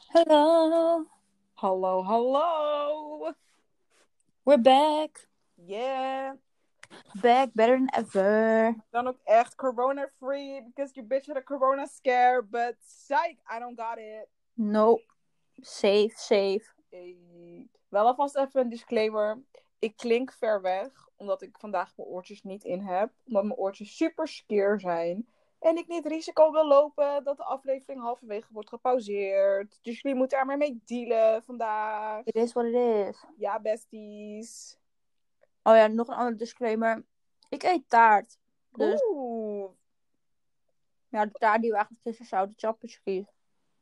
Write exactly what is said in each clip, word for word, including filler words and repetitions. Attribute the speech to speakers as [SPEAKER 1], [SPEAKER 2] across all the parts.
[SPEAKER 1] Hello,
[SPEAKER 2] Hallo, hallo.
[SPEAKER 1] we're back.
[SPEAKER 2] Yeah.
[SPEAKER 1] Back better than ever.
[SPEAKER 2] Dan ook echt corona-free because your bitch had a corona scare. But psych, I don't got it.
[SPEAKER 1] Nope. Safe, safe.
[SPEAKER 2] Hey. Wel alvast even een disclaimer. Ik klink ver weg, omdat ik vandaag mijn oortjes niet in heb. Omdat mijn oortjes super skeer zijn. En ik niet risico wil lopen dat de aflevering halverwege wordt gepauzeerd. Dus jullie moeten er maar mee dealen vandaag.
[SPEAKER 1] It is what it is.
[SPEAKER 2] Ja, besties.
[SPEAKER 1] Oh ja, nog een andere disclaimer. Ik eet taart. Dus
[SPEAKER 2] Oeh.
[SPEAKER 1] ja, de taart die we eigenlijk tussen zouten chappers kiezen.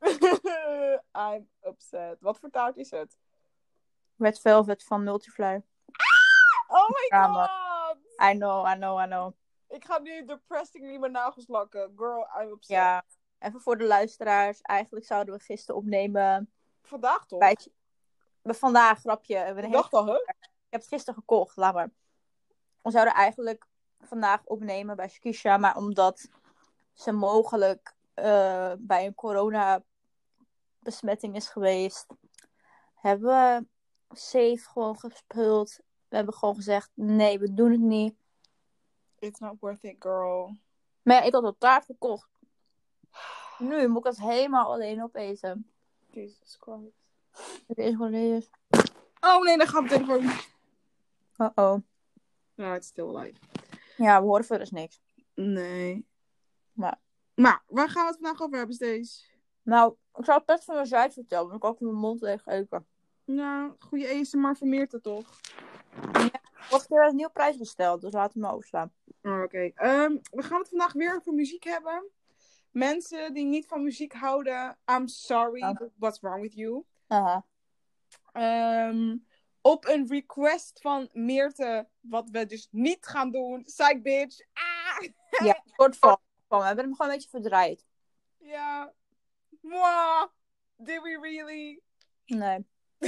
[SPEAKER 2] I'm upset. Wat voor taart is het?
[SPEAKER 1] Red Velvet van Multifly.
[SPEAKER 2] Oh my
[SPEAKER 1] Ja, man.
[SPEAKER 2] god!
[SPEAKER 1] I know, I know, I know.
[SPEAKER 2] Ik ga nu depressingly mijn nagels lakken. Girl, I'm upset.
[SPEAKER 1] Ja, even voor de luisteraars. Eigenlijk zouden we gisteren opnemen.
[SPEAKER 2] Vandaag toch?
[SPEAKER 1] Bij... Vandaag, grapje. We hebben
[SPEAKER 2] Ik
[SPEAKER 1] een
[SPEAKER 2] dacht
[SPEAKER 1] hele...
[SPEAKER 2] al, hè?
[SPEAKER 1] Ik heb het gisteren gekocht, laat maar. We zouden eigenlijk vandaag opnemen bij Skisha, maar omdat ze mogelijk uh, bij een coronabesmetting is geweest, hebben we safe gewoon gespult. We hebben gewoon gezegd, nee, we doen het niet.
[SPEAKER 2] It's not worth it, girl.
[SPEAKER 1] Maar ja, ik had al taart gekocht. Nu moet ik het helemaal alleen opeten.
[SPEAKER 2] Jesus Christ.
[SPEAKER 1] Het is wat het is.
[SPEAKER 2] Oh nee, dan gaat mijn telefoon.
[SPEAKER 1] Uh-oh.
[SPEAKER 2] No, it's still alive.
[SPEAKER 1] Ja, we horen verder dus niks.
[SPEAKER 2] Nee.
[SPEAKER 1] Maar,
[SPEAKER 2] maar waar gaan we het vandaag over hebben, Stees?
[SPEAKER 1] Nou, ik zal het best van mijn zijde vertellen, want ik ook in mijn mond leeg eten.
[SPEAKER 2] Nou, goede A S M R vermeert het toch?
[SPEAKER 1] Ja, vorige keer werd een nieuwe prijs gesteld, dus laten we hem overslaan.
[SPEAKER 2] Oh, Oké. Okay. Um, we gaan het vandaag weer over muziek hebben. Mensen die niet van muziek houden, I'm sorry,
[SPEAKER 1] Ja.
[SPEAKER 2] what's wrong with you?
[SPEAKER 1] Aha.
[SPEAKER 2] Um, op een request van Meerte, wat we dus niet gaan doen. Psych bitch. Ah!
[SPEAKER 1] Ja, soort van. We hebben hem gewoon een beetje verdraaid.
[SPEAKER 2] Ja. Mwah. Did we really?
[SPEAKER 1] Nee.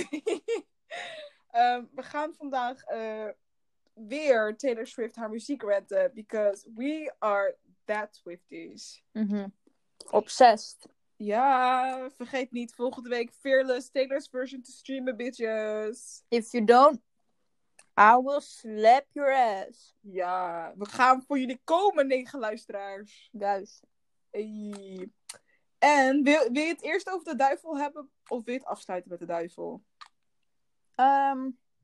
[SPEAKER 2] um, we gaan vandaag uh, weer Taylor Swift haar muziek renten. Because we are that Swifties.
[SPEAKER 1] Mm-hmm. Obsessed.
[SPEAKER 2] Ja, vergeet niet volgende week Fearless Taylor's version te streamen, bitches.
[SPEAKER 1] If you don't, I will slap your ass.
[SPEAKER 2] Ja, we gaan voor jullie komen, negen luisteraars.
[SPEAKER 1] Juist.
[SPEAKER 2] Hey. En wil, wil je het eerst over de duivel hebben of wil je het afsluiten met de duivel?
[SPEAKER 1] Um,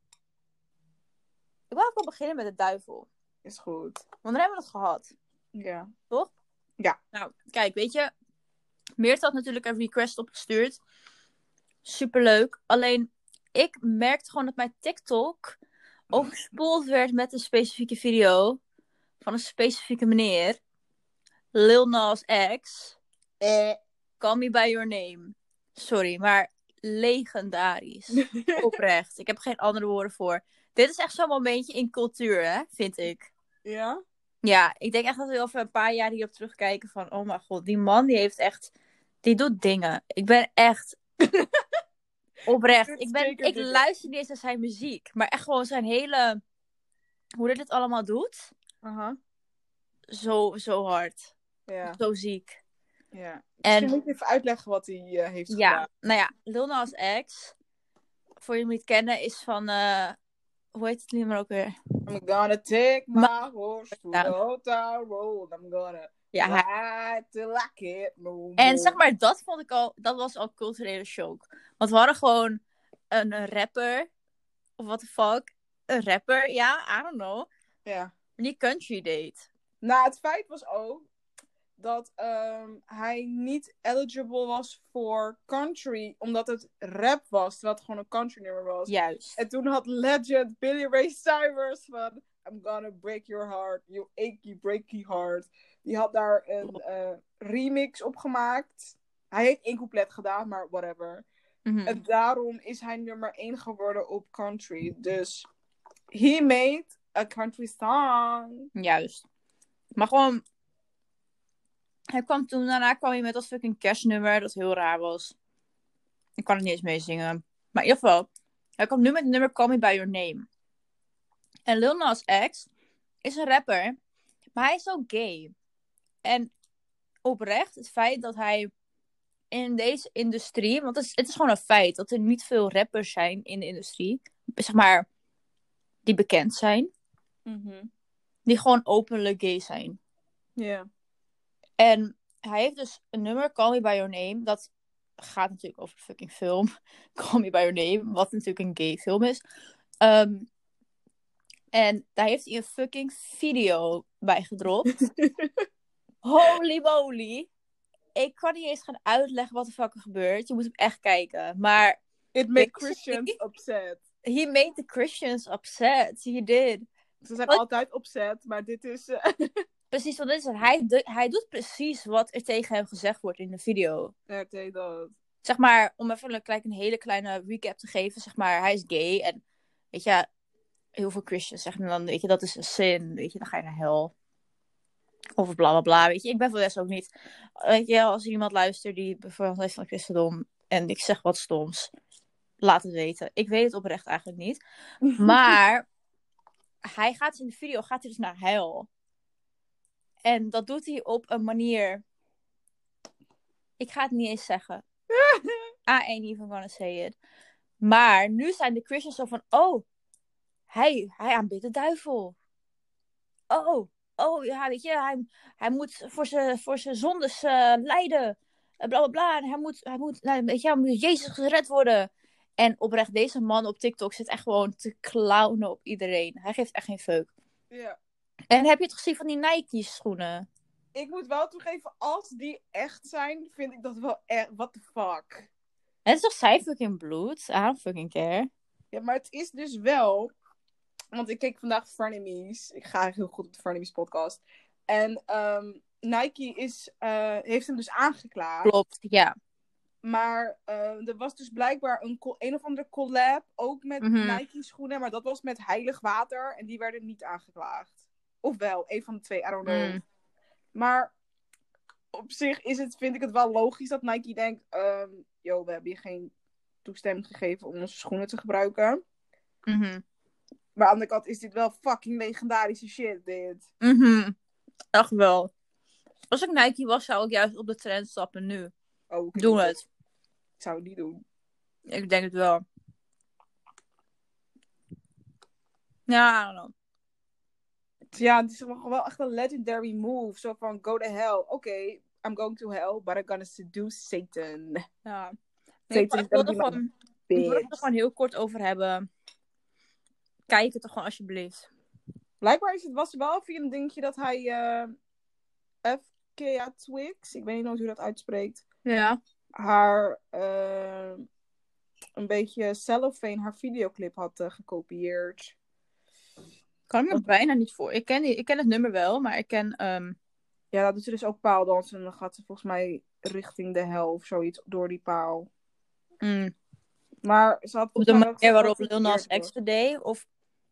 [SPEAKER 1] ik wil ook wel beginnen met de duivel.
[SPEAKER 2] Is goed.
[SPEAKER 1] Want dan hebben we het gehad.
[SPEAKER 2] Ja.
[SPEAKER 1] Toch?
[SPEAKER 2] Ja.
[SPEAKER 1] Nou, kijk, weet je. Meert had natuurlijk een request opgestuurd. Superleuk. Alleen, ik merkte gewoon dat mijn TikTok overspoeld werd met een specifieke video. Van een specifieke meneer. Lil Nas X.
[SPEAKER 2] Eh.
[SPEAKER 1] Call Me By Your Name. Sorry, maar legendarisch. Oprecht. Ik heb geen andere woorden voor. Dit is echt zo'n momentje in cultuur, hè? Vind ik.
[SPEAKER 2] Ja?
[SPEAKER 1] Ja, ik denk echt dat we over een paar jaar hierop terugkijken van... Oh mijn god, die man die heeft echt... Die doet dingen. Ik ben echt... Oprecht. Ik, ben, ik luister niet eens naar zijn muziek. Maar echt gewoon zijn hele... Hoe hij dit allemaal doet.
[SPEAKER 2] Uh-huh.
[SPEAKER 1] Zo, zo hard.
[SPEAKER 2] Ja.
[SPEAKER 1] Zo ziek.
[SPEAKER 2] Ja.
[SPEAKER 1] En,
[SPEAKER 2] Misschien moet je even uitleggen wat hij uh, heeft
[SPEAKER 1] ja,
[SPEAKER 2] gedaan.
[SPEAKER 1] nou ja, Lil Nas X... Voor je hem niet kennen, is van... Uh, hoe heet het nummer ook weer?
[SPEAKER 2] I'm gonna take my
[SPEAKER 1] Ma-
[SPEAKER 2] horse to
[SPEAKER 1] ja.
[SPEAKER 2] the hotel road. I'm gonna
[SPEAKER 1] ja,
[SPEAKER 2] ride till I can't no more.
[SPEAKER 1] En zeg maar, dat vond ik al... Dat was al culturele shock. Want we hadden gewoon een, een rapper... Of what the fuck? Een rapper, ja, I don't know.
[SPEAKER 2] Ja.
[SPEAKER 1] Die country deed.
[SPEAKER 2] Nou, het feit was ook... dat um, hij niet eligible was voor country, omdat het rap was, terwijl het gewoon een country nummer was.
[SPEAKER 1] Juist.
[SPEAKER 2] En toen had legend Billy Ray Cyrus van I'm gonna break your heart, you achy breaky heart. Die had daar een uh, remix op gemaakt. Hij heeft één couplet gedaan, maar whatever.
[SPEAKER 1] Mm-hmm.
[SPEAKER 2] En daarom is hij nummer één geworden op country. Dus he made a country song.
[SPEAKER 1] Juist. Maar gewoon... Hij kwam toen, daarna kwam hij met dat fucking kerstnummer, dat heel raar was. Ik kan het niet eens meezingen. Maar in ieder geval, hij kwam nu met het nummer Call Me By Your Name. En Lil Nas X is een rapper, maar hij is ook gay. En oprecht, het feit dat hij in deze industrie, want het is, het is gewoon een feit dat er niet veel rappers zijn in de industrie, zeg maar, die bekend zijn,
[SPEAKER 2] Mhm.
[SPEAKER 1] die gewoon openlijk gay zijn.
[SPEAKER 2] Ja.
[SPEAKER 1] En hij heeft dus een nummer, Call Me By Your Name, dat gaat natuurlijk over de fucking film, Call Me By Your Name, wat natuurlijk een gay film is. Ehm, en daar heeft hij een fucking video bij gedropt. Holy moly. Ik kan niet eens gaan uitleggen wat de fuck er gebeurt. Je moet hem echt kijken. Maar
[SPEAKER 2] It made Christians upset.
[SPEAKER 1] He made the Christians upset. He did.
[SPEAKER 2] Ze zijn
[SPEAKER 1] Wat?
[SPEAKER 2] altijd upset, maar dit is... Uh...
[SPEAKER 1] Precies, wat is het? Hij, do- hij doet precies wat er tegen hem gezegd wordt in de video.
[SPEAKER 2] Ja, ik deed dat.
[SPEAKER 1] Zeg maar, om even een, klein, een hele kleine recap te geven. Zeg maar, hij is gay. En weet je, heel veel Christians zeggen dan, weet je, dat is een sin. Weet je, dan ga je naar hel. Of bla bla bla, weet je. Ik ben voor de rest ook niet. Weet je, als iemand luistert die bijvoorbeeld heeft van het christendom en ik zeg wat stoms, laat het weten. Ik weet het oprecht eigenlijk niet. Maar hij gaat in de video, gaat hij dus naar hel. En dat doet hij op een manier. Ik ga het niet eens zeggen. I ain't even gonna say it. Maar nu zijn de Christians zo van, oh, hij, hij aanbidt de duivel. Oh, oh ja, weet je, hij, hij moet voor zijn voor zijn zondes uh, lijden. Bla bla bla. En hij moet, hij moet, nou, weet je, hij moet Jezus gered worden. En oprecht, deze man op TikTok zit echt gewoon te clownen op iedereen. Hij geeft echt geen fuck.
[SPEAKER 2] Ja.
[SPEAKER 1] En heb je het gezien van die Nike schoenen?
[SPEAKER 2] Ik moet wel toegeven, als die echt zijn, vind ik dat wel echt... What the fuck?
[SPEAKER 1] Het is toch zijn fucking bloed? I don't fucking care.
[SPEAKER 2] Ja, maar het is dus wel... Want ik keek vandaag Frenemies. Ik ga heel goed op de Frenemies podcast. En um, Nike is, uh, heeft hem dus aangeklaagd.
[SPEAKER 1] Klopt, ja.
[SPEAKER 2] Maar uh, er was dus blijkbaar een, een of andere collab, ook met
[SPEAKER 1] Mhm.
[SPEAKER 2] Nike schoenen. Maar dat was met heilig water. En die werden niet aangeklaagd. Of wel, een van de twee, I don't know.
[SPEAKER 1] Mm.
[SPEAKER 2] Maar op zich is het, vind ik het wel logisch dat Nike denkt... Um, yo, we hebben je geen toestemming gegeven om onze schoenen te gebruiken.
[SPEAKER 1] Mhm.
[SPEAKER 2] Maar aan de andere kant is dit wel fucking legendarische shit, dit.
[SPEAKER 1] Mhm. Echt wel. Als ik Nike was, zou ik juist op de trend stappen nu.
[SPEAKER 2] Oh, ik
[SPEAKER 1] Doe
[SPEAKER 2] niet.
[SPEAKER 1] het.
[SPEAKER 2] Ik zou het niet doen.
[SPEAKER 1] Ik denk het wel. Ja, I don't know.
[SPEAKER 2] Ja, het is gewoon wel echt een legendary move. Zo van, go to hell. Oké, okay, I'm going to hell, but I'm gonna seduce Satan.
[SPEAKER 1] Ja. Nee,
[SPEAKER 2] Satan
[SPEAKER 1] ik,
[SPEAKER 2] is
[SPEAKER 1] wil
[SPEAKER 2] gonna
[SPEAKER 1] er
[SPEAKER 2] be my
[SPEAKER 1] gewoon, ik wil het er
[SPEAKER 2] bitch.
[SPEAKER 1] gewoon heel kort over hebben. Kijk het er gewoon alsjeblieft.
[SPEAKER 2] Blijkbaar is het, was wel via een dingetje dat hij uh, F K A Twix, ik weet niet nooit hoe dat uitspreekt,
[SPEAKER 1] Ja.
[SPEAKER 2] haar uh, een beetje cellophane, haar videoclip had uh, gekopieerd.
[SPEAKER 1] Kan ik me bijna niet voor. Ik ken, die, ik ken het nummer wel, maar ik ken... Um...
[SPEAKER 2] Ja, dat doet ze dus ook paaldansen. En dan gaat ze volgens mij richting de hel of zoiets door die paal.
[SPEAKER 1] Mm.
[SPEAKER 2] Maar ze had
[SPEAKER 1] Op de
[SPEAKER 2] volgens mij
[SPEAKER 1] manier
[SPEAKER 2] wel
[SPEAKER 1] waarop Lil Nas X deed, of...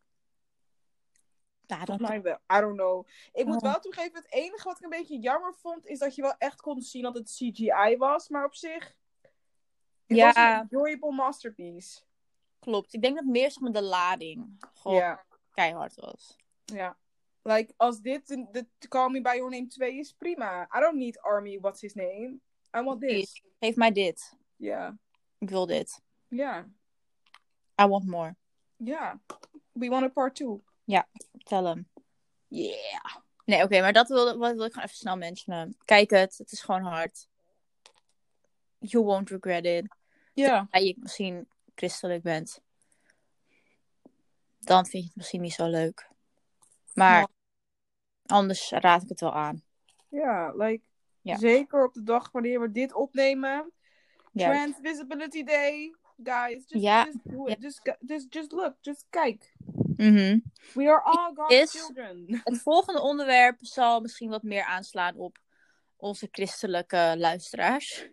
[SPEAKER 1] Ja, dat...
[SPEAKER 2] Volgens mij wel. I don't know. Ik moet
[SPEAKER 1] Oh.
[SPEAKER 2] wel toegeven, het enige wat ik een beetje jammer vond, is dat je wel echt kon zien dat het C G I was. Maar op zich, het
[SPEAKER 1] Ja.
[SPEAKER 2] was een enjoyable masterpiece.
[SPEAKER 1] Klopt. Ik denk dat meer zeg maar, de lading gewoon
[SPEAKER 2] Ja.
[SPEAKER 1] keihard was.
[SPEAKER 2] Ja. Like, als dit de, de Call Me By Your Name twee is, prima. I don't need Army, what's his name? I want this.
[SPEAKER 1] Geef mij dit.
[SPEAKER 2] Ja.
[SPEAKER 1] Ik wil dit.
[SPEAKER 2] Ja.
[SPEAKER 1] I want more.
[SPEAKER 2] Ja. We want a part two.
[SPEAKER 1] Ja, tel hem.
[SPEAKER 2] Yeah.
[SPEAKER 1] Nee, oké, okay, maar dat wil, wil ik gewoon even snel mentionen. Kijk het, het is gewoon hard. You won't regret it.
[SPEAKER 2] Ja.
[SPEAKER 1] Als je misschien christelijk bent, dan vind je het misschien niet zo leuk. Maar ja. Anders raad ik het wel aan.
[SPEAKER 2] Ja, like,
[SPEAKER 1] ja.
[SPEAKER 2] Zeker op de dag wanneer we dit opnemen.
[SPEAKER 1] Ja.
[SPEAKER 2] Trans Visibility Day. Guys, just,
[SPEAKER 1] ja.
[SPEAKER 2] just do it. Just, just, just look, just kijk.
[SPEAKER 1] Mm-hmm.
[SPEAKER 2] We are all God's
[SPEAKER 1] Is,
[SPEAKER 2] children.
[SPEAKER 1] Het volgende onderwerp zal misschien wat meer aanslaan op onze christelijke luisteraars.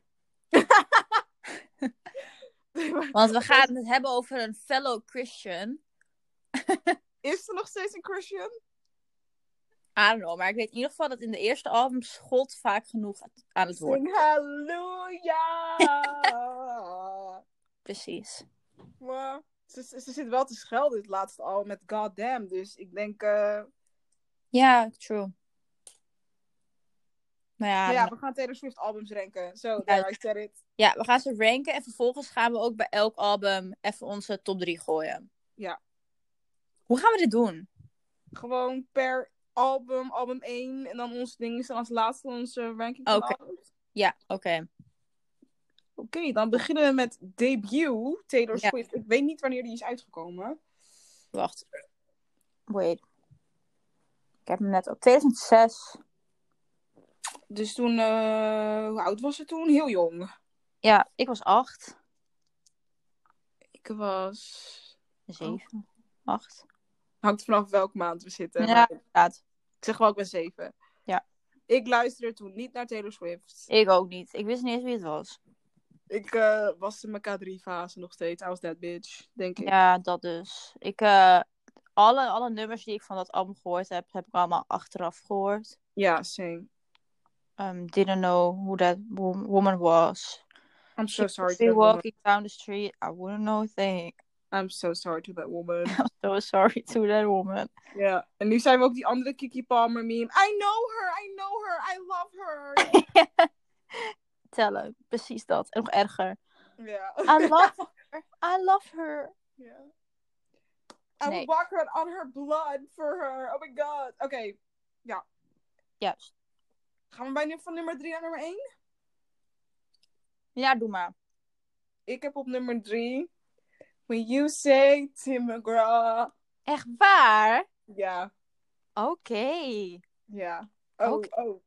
[SPEAKER 1] Want we gaan het hebben over een fellow Christian.
[SPEAKER 2] Is er nog steeds een Christian?
[SPEAKER 1] I don't know, maar ik weet in ieder geval dat in de eerste albums God vaak genoeg aan het woord.
[SPEAKER 2] Sing halleluja!
[SPEAKER 1] Precies.
[SPEAKER 2] Maar ze, ze, ze zit wel te schelden het laatste album met goddamn, dus ik denk... Uh...
[SPEAKER 1] Ja, true. Nou ja,
[SPEAKER 2] Maar ja,
[SPEAKER 1] nou,
[SPEAKER 2] we gaan Taylor Swift albums ranken. So,
[SPEAKER 1] ja,
[SPEAKER 2] there, I said it.
[SPEAKER 1] ja, we gaan ze ranken. En vervolgens gaan we ook bij elk album even onze top drie gooien.
[SPEAKER 2] Ja.
[SPEAKER 1] Hoe gaan we dit doen?
[SPEAKER 2] Gewoon per album, album één. En dan ons ding is dan als laatste onze ranking van
[SPEAKER 1] Oké.
[SPEAKER 2] de albums.
[SPEAKER 1] Ja, oké.
[SPEAKER 2] Oké, okay, dan beginnen we met debut Taylor
[SPEAKER 1] Ja.
[SPEAKER 2] Swift. Ik weet niet wanneer die is uitgekomen.
[SPEAKER 1] Wacht. Wait. Ik heb hem net op tweeduizend zes.
[SPEAKER 2] Dus toen, uh, hoe oud was ze toen? Heel jong.
[SPEAKER 1] Ja, ik was acht.
[SPEAKER 2] Ik was...
[SPEAKER 1] Zeven. Acht.
[SPEAKER 2] Hangt vanaf welke maand we zitten.
[SPEAKER 1] Ja,
[SPEAKER 2] Maar
[SPEAKER 1] inderdaad.
[SPEAKER 2] ik zeg wel, ik ben zeven.
[SPEAKER 1] Ja.
[SPEAKER 2] Ik luisterde toen niet naar Taylor Swift.
[SPEAKER 1] Ik ook niet. Ik wist niet eens wie het was.
[SPEAKER 2] Ik uh, was in mijn K drie fase nog steeds. I was that bitch, denk ik.
[SPEAKER 1] Ja, dat dus. Ik, uh, alle, alle nummers die ik van dat album gehoord heb, heb ik allemaal achteraf gehoord.
[SPEAKER 2] Ja, same.
[SPEAKER 1] Um, didn't know who that wo- woman was.
[SPEAKER 2] I'm so
[SPEAKER 1] She
[SPEAKER 2] sorry
[SPEAKER 1] could
[SPEAKER 2] to
[SPEAKER 1] be
[SPEAKER 2] that woman.
[SPEAKER 1] walking down the street. I wouldn't know a thing.
[SPEAKER 2] I'm so sorry to that woman.
[SPEAKER 1] I'm so sorry to that woman.
[SPEAKER 2] Ja, en nu zijn we ook die andere Kiki Palmer meme. I know her, I know her, I love her.
[SPEAKER 1] Tellen, precies dat. En nog erger.
[SPEAKER 2] Ja.
[SPEAKER 1] I love her. I love her.
[SPEAKER 2] Ja. I
[SPEAKER 1] Nee.
[SPEAKER 2] will walk her on her blood for her. Oh my god. Oké, okay. Ja.
[SPEAKER 1] Juist.
[SPEAKER 2] Gaan we bij nu van nummer drie naar nummer één?
[SPEAKER 1] Ja, doe maar.
[SPEAKER 2] Ik heb op nummer drie When You Say Tim McGraw.
[SPEAKER 1] Echt waar?
[SPEAKER 2] Ja.
[SPEAKER 1] Oké.
[SPEAKER 2] Ja. Oh,
[SPEAKER 1] Oké.
[SPEAKER 2] oh.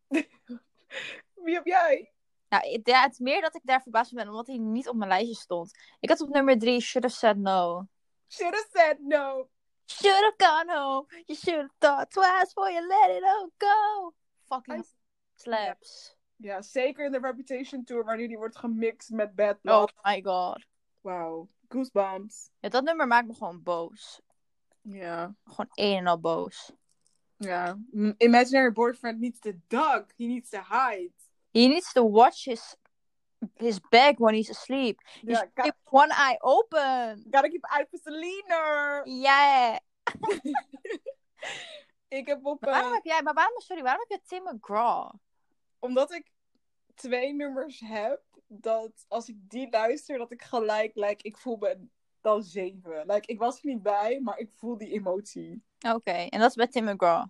[SPEAKER 2] Wie heb jij?
[SPEAKER 1] Nou, het- ja, het is meer dat ik daar verbaasd ben, omdat hij niet op mijn lijstje stond. Ik had op nummer drie Should Have Said No.
[SPEAKER 2] Should have said no.
[SPEAKER 1] Should have gone home. You should have thought twice before you let it all go. Fucking
[SPEAKER 2] I-
[SPEAKER 1] slaps.
[SPEAKER 2] Ja, zeker in de Reputation Tour, wanneer die wordt gemixt met Bad
[SPEAKER 1] Oh
[SPEAKER 2] Blood.
[SPEAKER 1] my god.
[SPEAKER 2] Wauw. Goosebumps.
[SPEAKER 1] Ja, dat nummer maakt me gewoon boos.
[SPEAKER 2] Ja.
[SPEAKER 1] Gewoon een en al boos.
[SPEAKER 2] Ja. M- Imaginary boyfriend needs to duck. He needs to hide.
[SPEAKER 1] He needs to watch his, his back when he's asleep. He
[SPEAKER 2] Ja,
[SPEAKER 1] should
[SPEAKER 2] got,
[SPEAKER 1] keep one eye open.
[SPEAKER 2] gotta keep eye for Selena.
[SPEAKER 1] Yeah.
[SPEAKER 2] Ik heb op...
[SPEAKER 1] Maar waarom
[SPEAKER 2] eh,
[SPEAKER 1] heb jij, maar waarom, sorry, waarom heb je Tim McGraw?
[SPEAKER 2] omdat ik twee nummers heb, dat als ik die luister, dat ik gelijk, like, ik voel me dan zeven. Like, ik was er niet bij, maar ik voel die emotie.
[SPEAKER 1] Oké, en dat is bij Tim McGraw.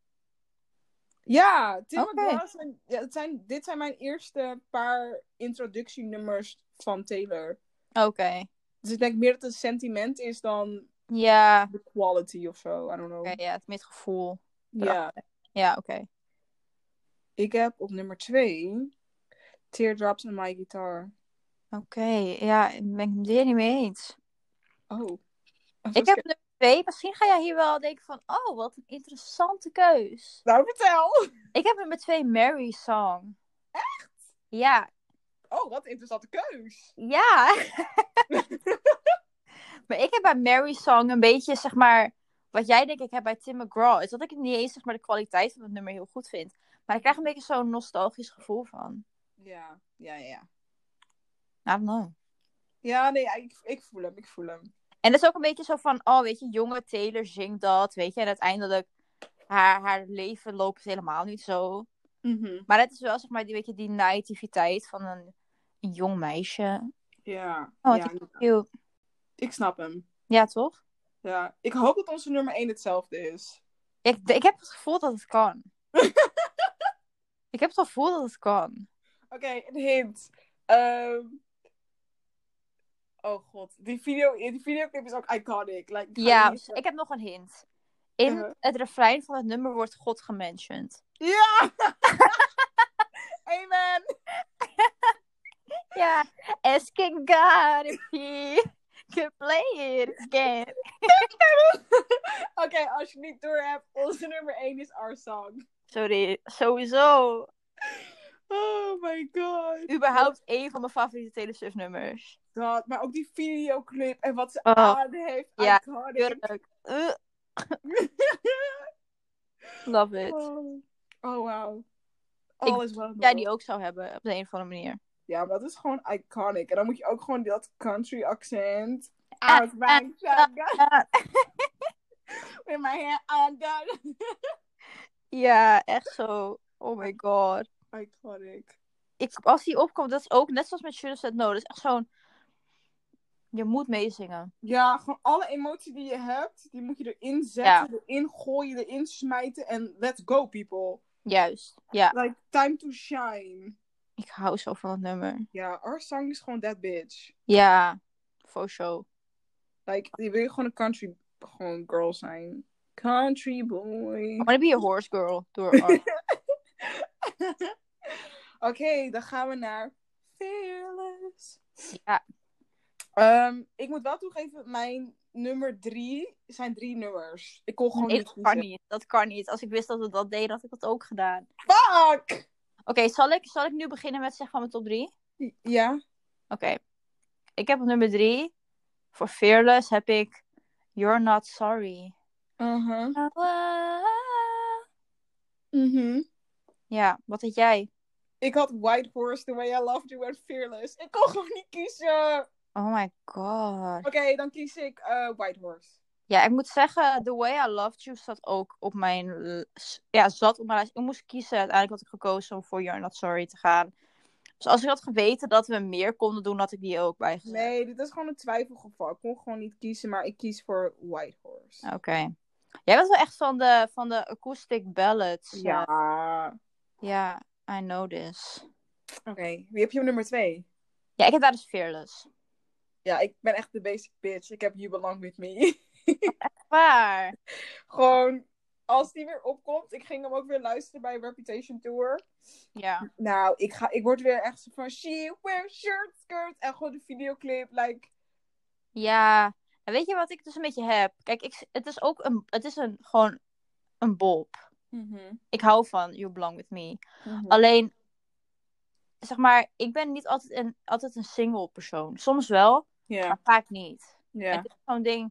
[SPEAKER 2] Ja, Tim
[SPEAKER 1] Oké.
[SPEAKER 2] McGraw zijn, ja, het zijn, dit zijn mijn eerste paar introductienummers van Taylor.
[SPEAKER 1] Oké.
[SPEAKER 2] Dus ik denk meer dat het een sentiment is dan
[SPEAKER 1] Ja.
[SPEAKER 2] de quality of zo. I don't know.
[SPEAKER 1] Oké, ja, het met gevoel.
[SPEAKER 2] Ja.
[SPEAKER 1] Ja, oké.
[SPEAKER 2] Ik heb op nummer twee Teardrops on My Guitar.
[SPEAKER 1] Oké, ja, ik ben het er niet mee eens.
[SPEAKER 2] Oh. I'm so
[SPEAKER 1] Ik heb
[SPEAKER 2] scared.
[SPEAKER 1] nummer twee. Misschien ga jij hier wel denken van, oh, wat een interessante keus.
[SPEAKER 2] Nou, vertel!
[SPEAKER 1] Ik heb nummer twee Mary Song.
[SPEAKER 2] Echt?
[SPEAKER 1] Ja.
[SPEAKER 2] Oh, wat een interessante keus.
[SPEAKER 1] Ja. Maar ik heb bij Mary Song een beetje, zeg maar, wat jij denk ik hebt bij Tim McGraw, is dat ik niet eens, zeg maar, de kwaliteit van het nummer heel goed vind. Maar ik krijg een beetje zo'n nostalgisch gevoel van.
[SPEAKER 2] Ja, ja, ja.
[SPEAKER 1] I don't know.
[SPEAKER 2] Ja, nee, ja, ik, ik voel hem, ik voel hem.
[SPEAKER 1] En dat is ook een beetje zo van, oh, weet je, jonge Taylor zingt dat, weet je. En uiteindelijk, haar, haar leven loopt helemaal niet zo.
[SPEAKER 2] Mhm.
[SPEAKER 1] Maar het is wel, zeg maar, die, weet je, die naïviteit van een, een jong meisje.
[SPEAKER 2] Ja,
[SPEAKER 1] Oh,
[SPEAKER 2] ja,
[SPEAKER 1] wat is cute.
[SPEAKER 2] ik snap hem.
[SPEAKER 1] Ja, toch?
[SPEAKER 2] Ja, ik hoop dat onze nummer één hetzelfde is.
[SPEAKER 1] Ik, ik heb het gevoel dat het kan. Ik heb het gevoel dat het kan.
[SPEAKER 2] Oké, een hint. Ehm, Oh god, die, video, die videoclip is ook iconic. Like, ik ga
[SPEAKER 1] Ja,
[SPEAKER 2] niet-
[SPEAKER 1] ik heb nog een hint. In
[SPEAKER 2] Uh-huh.
[SPEAKER 1] het refrein van het nummer wordt God gementiond.
[SPEAKER 2] Ja! Amen!
[SPEAKER 1] Ja, asking God if he could play it again.
[SPEAKER 2] Oké, als je het niet door hebt, onze nummer één is Our Song.
[SPEAKER 1] Sorry, sowieso.
[SPEAKER 2] Oh my god.
[SPEAKER 1] Überhaupt één van mijn favoriete Taylor Swift nummers.
[SPEAKER 2] Dat, maar ook die videoclip en wat ze
[SPEAKER 1] Oh.
[SPEAKER 2] aan heeft.
[SPEAKER 1] Ja,
[SPEAKER 2] Iconic.
[SPEAKER 1] Tuurlijk. Uh, love it.
[SPEAKER 2] oh, oh wow.
[SPEAKER 1] Ik-
[SPEAKER 2] Alles wel.
[SPEAKER 1] Jij die ook zou hebben, op de een of andere manier.
[SPEAKER 2] Ja, maar dat is gewoon iconic. En dan moet je ook gewoon dat country accent.
[SPEAKER 1] Ah,
[SPEAKER 2] I was riding shotgun
[SPEAKER 1] Ah,
[SPEAKER 2] with my hair undone.
[SPEAKER 1] ja, echt zo. Oh my god.
[SPEAKER 2] Iconic.
[SPEAKER 1] Ik, als die opkomt, dat is ook net zoals met Should Have Said No. Dat is echt zo'n... Je moet meezingen.
[SPEAKER 2] Ja, gewoon alle emotie die je hebt, die moet je erin zetten, ja. erin gooien, erin smijten en let's go, people.
[SPEAKER 1] Juist, ja.
[SPEAKER 2] Like, time to shine.
[SPEAKER 1] Ik hou zo van het nummer.
[SPEAKER 2] Ja, our song is gewoon that bitch.
[SPEAKER 1] Ja, for sure.
[SPEAKER 2] Like, je wil gewoon een country gewoon girl zijn. Country boy.
[SPEAKER 1] I wanna be a horse girl. Door Oké,
[SPEAKER 2] okay, dan gaan we naar Fearless.
[SPEAKER 1] Ja.
[SPEAKER 2] Um, ik moet wel toegeven, mijn nummer drie zijn drie nummers. Ik kon gewoon
[SPEAKER 1] nee,
[SPEAKER 2] niet
[SPEAKER 1] dat
[SPEAKER 2] kiezen.
[SPEAKER 1] kan niet. Dat kan niet. Als ik wist dat we dat deden, had ik dat ook gedaan.
[SPEAKER 2] Fuck!
[SPEAKER 1] Oké, okay, zal, ik, zal ik nu beginnen met zeg van mijn top drie?
[SPEAKER 2] Ja.
[SPEAKER 1] Oké. Okay. Ik heb op nummer drie. Voor Fearless heb ik You're Not Sorry.
[SPEAKER 2] Uh-huh.
[SPEAKER 1] Uh,
[SPEAKER 2] Mhm.
[SPEAKER 1] Ja, wat had jij?
[SPEAKER 2] Ik had White Horse, The Way I Loved You en Fearless. Ik kon gewoon niet kiezen.
[SPEAKER 1] Oh my god.
[SPEAKER 2] Oké, okay, dan kies ik uh, White Horse.
[SPEAKER 1] Ja, ik moet zeggen, The Way I Loved You zat ook op mijn... Ja, zat op mijn lijst. Ik moest kiezen. Uiteindelijk had ik gekozen om voor You're Not Sorry te gaan. Dus als ik had geweten dat we meer konden doen, had ik die ook bijgezet.
[SPEAKER 2] Nee, dit is gewoon een twijfelgeval. Ik kon gewoon niet kiezen, maar ik kies voor White Horse.
[SPEAKER 1] Oké. Okay. Jij bent wel echt van de, van de acoustic ballads.
[SPEAKER 2] Ja.
[SPEAKER 1] Ja, ja I know this.
[SPEAKER 2] Oké, okay. Wie heb je op nummer twee?
[SPEAKER 1] Ja, ik heb daar dus Fearless.
[SPEAKER 2] Ja, ik ben echt de basic bitch. Ik heb You Belong With Me.
[SPEAKER 1] Echt waar?
[SPEAKER 2] Gewoon, als die weer opkomt, ik ging hem ook weer luisteren bij Reputation Tour.
[SPEAKER 1] Ja.
[SPEAKER 2] Nou, ik, ga, ik word weer echt zo van, she wears shirt, skirt. En gewoon de videoclip, like...
[SPEAKER 1] Ja, en weet je wat ik dus een beetje heb? Kijk, ik, het is ook een, het is een, gewoon een bop.
[SPEAKER 2] Mm-hmm.
[SPEAKER 1] Ik hou van You Belong With Me.
[SPEAKER 2] Mm-hmm.
[SPEAKER 1] Alleen, zeg maar, ik ben niet altijd een, altijd een single persoon. Soms wel,
[SPEAKER 2] Yeah.
[SPEAKER 1] maar vaak niet.
[SPEAKER 2] Yeah.
[SPEAKER 1] Het is zo'n ding...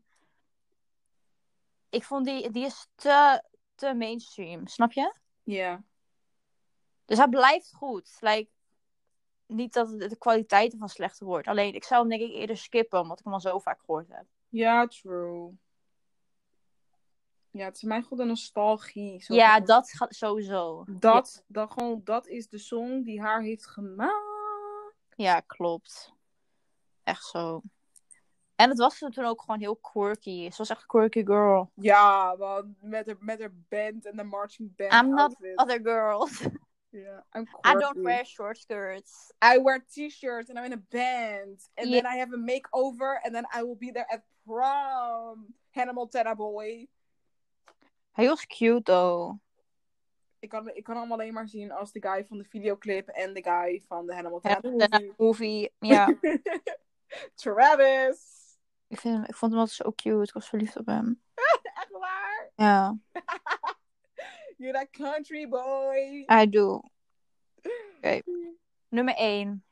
[SPEAKER 1] Ik vond die, die is te, te mainstream, snap je?
[SPEAKER 2] Ja. Yeah.
[SPEAKER 1] Dus hij blijft goed. Like, niet dat de kwaliteit ervan slechter wordt. Alleen, ik zou hem denk ik eerder skippen, omdat ik hem al zo vaak gehoord heb.
[SPEAKER 2] Ja, true. Ja, het is mij goed een nostalgie. Zo
[SPEAKER 1] ja,
[SPEAKER 2] van...
[SPEAKER 1] dat gaat sowieso.
[SPEAKER 2] Dat,
[SPEAKER 1] ja.
[SPEAKER 2] dat, gewoon, dat is de song die haar heeft gemaakt.
[SPEAKER 1] Ja, klopt. Echt zo. En het was toen ook gewoon heel quirky. Ze was echt een quirky girl.
[SPEAKER 2] Ja, want met haar, met haar band en de marching band
[SPEAKER 1] I'm
[SPEAKER 2] outfit.
[SPEAKER 1] not other girls.
[SPEAKER 2] Yeah, I'm quirky.
[SPEAKER 1] I don't wear short skirts.
[SPEAKER 2] I wear t-shirts and I'm in a band. And
[SPEAKER 1] yeah.
[SPEAKER 2] then I have a makeover and then I will be there at prom. Hannah Montana boy.
[SPEAKER 1] Hij was cute though.
[SPEAKER 2] Ik kan, ik kan hem alleen maar zien als de guy van de videoclip en de guy van de Hannah Montana
[SPEAKER 1] movie. movie. Ja.
[SPEAKER 2] Travis.
[SPEAKER 1] Ik, vind, ik vond hem altijd zo cute. Ik was verliefd op hem.
[SPEAKER 2] Echt waar?
[SPEAKER 1] Ja.
[SPEAKER 2] You're that country boy.
[SPEAKER 1] I do. Oké. Okay. Nummer één.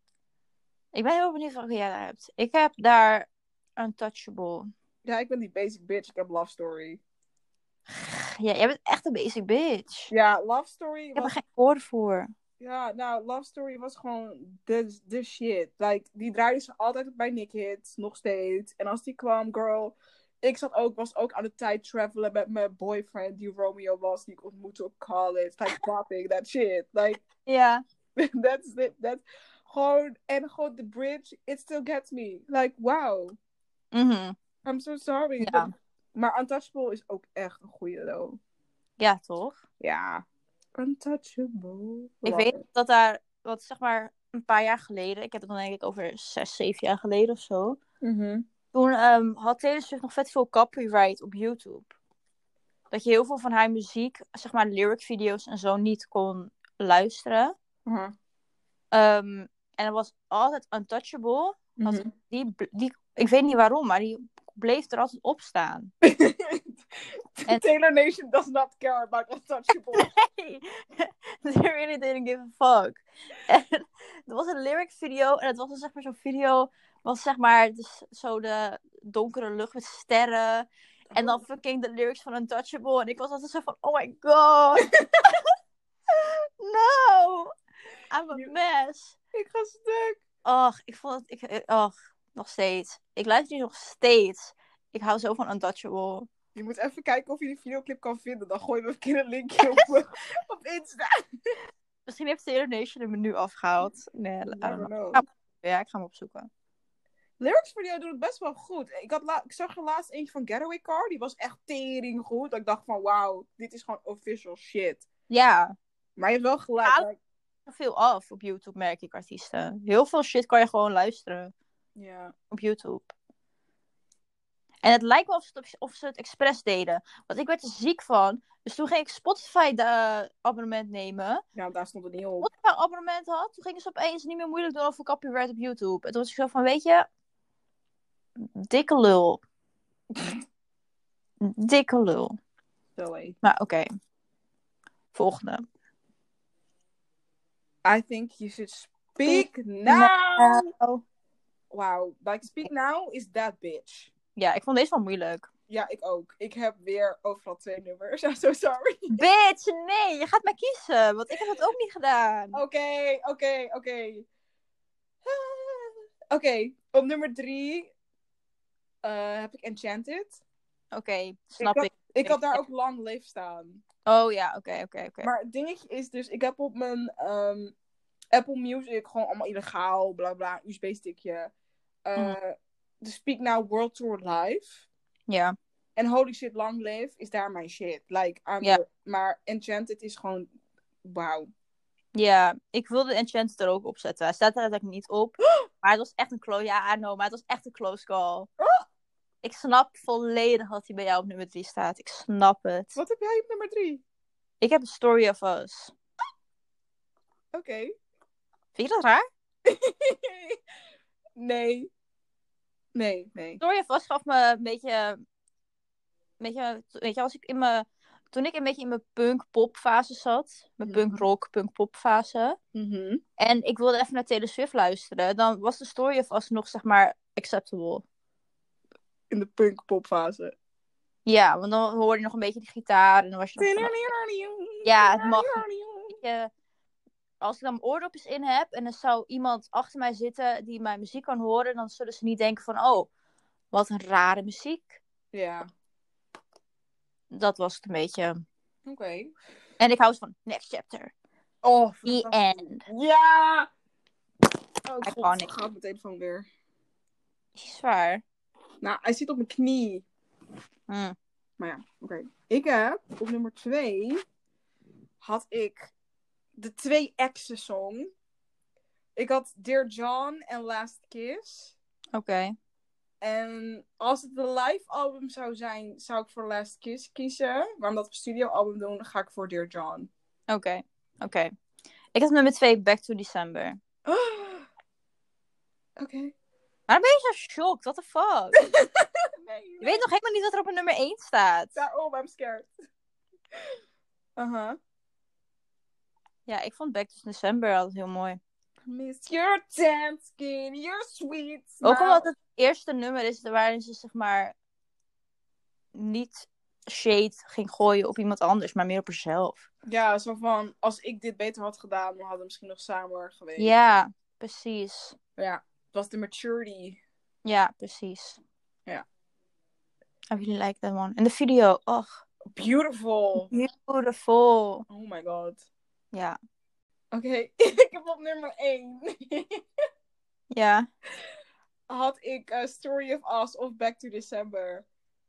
[SPEAKER 1] Ik ben heel benieuwd wat jij daar hebt. Ik heb daar Untouchable.
[SPEAKER 2] Ja, ik ben die basic bitch. Ik heb Love Story.
[SPEAKER 1] Ja, jij bent echt een basic bitch.
[SPEAKER 2] Ja, Love Story
[SPEAKER 1] Ik
[SPEAKER 2] was...
[SPEAKER 1] heb er geen woorden voor.
[SPEAKER 2] Ja, nou, Love Story was gewoon de, de shit. Like, die draaide ze altijd bij Nick Hits, nog steeds. En als die kwam, girl... Ik zat ook, was ook aan de tijd travelen met mijn boyfriend, die Romeo was, die ik ontmoette op college. Like, popping, that shit. Like,
[SPEAKER 1] ja.
[SPEAKER 2] that's it. That's... Gewoon, en gewoon de bridge, it still gets me. Like, wow.
[SPEAKER 1] Mm-hmm.
[SPEAKER 2] I'm so sorry.
[SPEAKER 1] Ja.
[SPEAKER 2] But, maar Untouchable is ook echt een goeie, though.
[SPEAKER 1] Ja, toch?
[SPEAKER 2] Ja. Untouchable.
[SPEAKER 1] Ik weet it. dat daar, wat zeg maar, een paar jaar geleden, ik heb het dan denk ik over zes, zeven jaar geleden of zo.
[SPEAKER 2] Mm-hmm.
[SPEAKER 1] Toen um, had Taylor Swift nog vet veel copyright op YouTube. Dat je heel veel van haar muziek, zeg maar lyric video's en zo, niet kon luisteren.
[SPEAKER 2] Uh-huh.
[SPEAKER 1] Um, en het was altijd Untouchable.
[SPEAKER 2] Mm-hmm.
[SPEAKER 1] Die, die, ik weet niet waarom, maar die bleef er altijd op staan.
[SPEAKER 2] en... Taylor Nation does not care about Untouchable.
[SPEAKER 1] Nee, they really didn't give a fuck. En er was een lyric video en het was zeg maar zo'n video, was zeg maar dus zo de donkere lucht met sterren. En dan fucking de lyrics van Untouchable. En ik was altijd zo van, oh my god. No. I'm a mess.
[SPEAKER 2] Ik ga stuk.
[SPEAKER 1] Och, ik vond het, ik, och, nog steeds. Ik luister die nog steeds. Ik hou zo van Untouchable.
[SPEAKER 2] Je moet even kijken of je die videoclip kan vinden. Dan gooi je een keer een linkje op, op Insta.
[SPEAKER 1] Misschien heeft Taylor Nation hem er nu afgehaald. Nee, I
[SPEAKER 2] You
[SPEAKER 1] don't
[SPEAKER 2] never
[SPEAKER 1] know.
[SPEAKER 2] know.
[SPEAKER 1] Ja, ik ga hem opzoeken.
[SPEAKER 2] Lyrics Video doet het best wel goed. Ik, had la- ik zag er laatst eentje van Getaway Car. Die was echt tering goed. Dat ik dacht van, wauw, dit is gewoon official shit.
[SPEAKER 1] Ja,
[SPEAKER 2] Maar je hebt wel gelijk.
[SPEAKER 1] Ja.
[SPEAKER 2] like-
[SPEAKER 1] veel af op YouTube, merk ik, artiesten. Heel veel shit kan je gewoon luisteren
[SPEAKER 2] Ja.
[SPEAKER 1] op YouTube. En het lijkt wel of ze het, of ze het expres deden. Want ik werd er ziek van. Dus toen ging ik Spotify uh, abonnement nemen.
[SPEAKER 2] Ja, daar stond het niet op.
[SPEAKER 1] Spotify abonnement had, toen gingen ze opeens niet meer moeilijk doen over copyright op YouTube. En toen was ik zo van, weet je, dikke lul. Dikke lul.
[SPEAKER 2] Zo hé.
[SPEAKER 1] Maar oké. Okay. Volgende.
[SPEAKER 2] I think you should speak now.
[SPEAKER 1] Nou.
[SPEAKER 2] Wow. Like, speak now is that bitch.
[SPEAKER 1] Ja, ik vond deze wel moeilijk.
[SPEAKER 2] Ja, ik ook. Ik heb weer overal twee nummers. I'm so sorry.
[SPEAKER 1] Bitch, nee, je gaat maar kiezen. Want ik heb dat ook niet gedaan.
[SPEAKER 2] Oké, oké, oké. Oké, op nummer drie uh, heb ik Enchanted.
[SPEAKER 1] Oké, okay, snap
[SPEAKER 2] ik.
[SPEAKER 1] ik.
[SPEAKER 2] Had, ik had daar ook Long Live staan.
[SPEAKER 1] Oh ja, oké, okay, oké, okay, oké. Okay.
[SPEAKER 2] Maar het dingetje is dus, ik heb op mijn um, Apple Music gewoon allemaal illegaal, bla bla, U S B-stickje. Uh, mm. De Speak Now World Tour Live.
[SPEAKER 1] Ja.
[SPEAKER 2] En Holy Shit Long Live is daar mijn shit. Like, I'm
[SPEAKER 1] ja.
[SPEAKER 2] the, maar Enchanted is gewoon, wauw.
[SPEAKER 1] Ja, ik wilde Enchanted er ook op zetten. Hij staat er eigenlijk niet op. Maar het was echt een close... Ja, no, maar het was echt een close call. Ik snap volledig dat hij bij jou op nummer drie staat. Ik snap het.
[SPEAKER 2] Wat heb jij op nummer drie?
[SPEAKER 1] Ik heb The Story of Us.
[SPEAKER 2] Oké. Okay.
[SPEAKER 1] Vind je dat raar?
[SPEAKER 2] nee. Nee, nee.
[SPEAKER 1] Story of Us gaf me een beetje... Een beetje weet je, als ik in mijn... Toen ik een beetje in mijn punk-pop fase zat. Mijn mm. punk-rock, punk-pop fase.
[SPEAKER 2] Mm-hmm.
[SPEAKER 1] En ik wilde even naar Taylor Swift luisteren. Dan was The Story of Us nog, zeg maar, acceptable.
[SPEAKER 2] In de punk-pop fase.
[SPEAKER 1] Ja, want dan hoorde je nog een beetje die gitaar. En dan was je nog van... Ja, het mag. Je, als ik dan mijn oordopjes in heb en er zou iemand achter mij zitten die mijn muziek kan horen, dan zullen ze niet denken van, oh, wat een rare muziek.
[SPEAKER 2] Ja.
[SPEAKER 1] Dat was het een beetje.
[SPEAKER 2] Oké. Okay.
[SPEAKER 1] En ik hou van Next Chapter.
[SPEAKER 2] Oh,
[SPEAKER 1] The End.
[SPEAKER 2] Ja! Oh,
[SPEAKER 1] god,
[SPEAKER 2] ik ga op mijn telefoon weer.
[SPEAKER 1] Is zwaar.
[SPEAKER 2] Nou, hij zit op mijn knie.
[SPEAKER 1] Mm.
[SPEAKER 2] Maar ja, oké. Okay. Ik heb op nummer twee had ik de twee exen song. Ik had Dear John en Last Kiss.
[SPEAKER 1] Oké. Okay.
[SPEAKER 2] En als het de live album zou zijn, zou ik voor Last Kiss kiezen. Maar omdat we studio album doen, dan ga ik voor Dear John.
[SPEAKER 1] Oké, okay. oké. Okay. Ik had nummer twee Back to December.
[SPEAKER 2] Oké. Okay.
[SPEAKER 1] Waarom ben je zo shocked? What the fuck?
[SPEAKER 2] nee, nee.
[SPEAKER 1] Je weet nog helemaal niet wat er op een nummer één staat.
[SPEAKER 2] Daarom, I'm scared. Uh-huh.
[SPEAKER 1] Ja, ik vond Back to December altijd heel mooi.
[SPEAKER 2] Miss your tan skin, your sweet smile.
[SPEAKER 1] Ook omdat het eerste nummer is waarin ze, zeg maar, niet shade ging gooien op iemand anders, maar meer op haarzelf.
[SPEAKER 2] Ja, zo van, als ik dit beter had gedaan, dan hadden we misschien nog samen geweest.
[SPEAKER 1] Ja, precies.
[SPEAKER 2] Ja, het was de maturity.
[SPEAKER 1] Ja, precies.
[SPEAKER 2] Ja.
[SPEAKER 1] I really like that one. En de video, och.
[SPEAKER 2] Beautiful.
[SPEAKER 1] Beautiful.
[SPEAKER 2] Oh my god.
[SPEAKER 1] Ja.
[SPEAKER 2] Oké, okay. Ik heb op nummer één.
[SPEAKER 1] Ja.
[SPEAKER 2] Had ik uh, Story of Us of Back to December.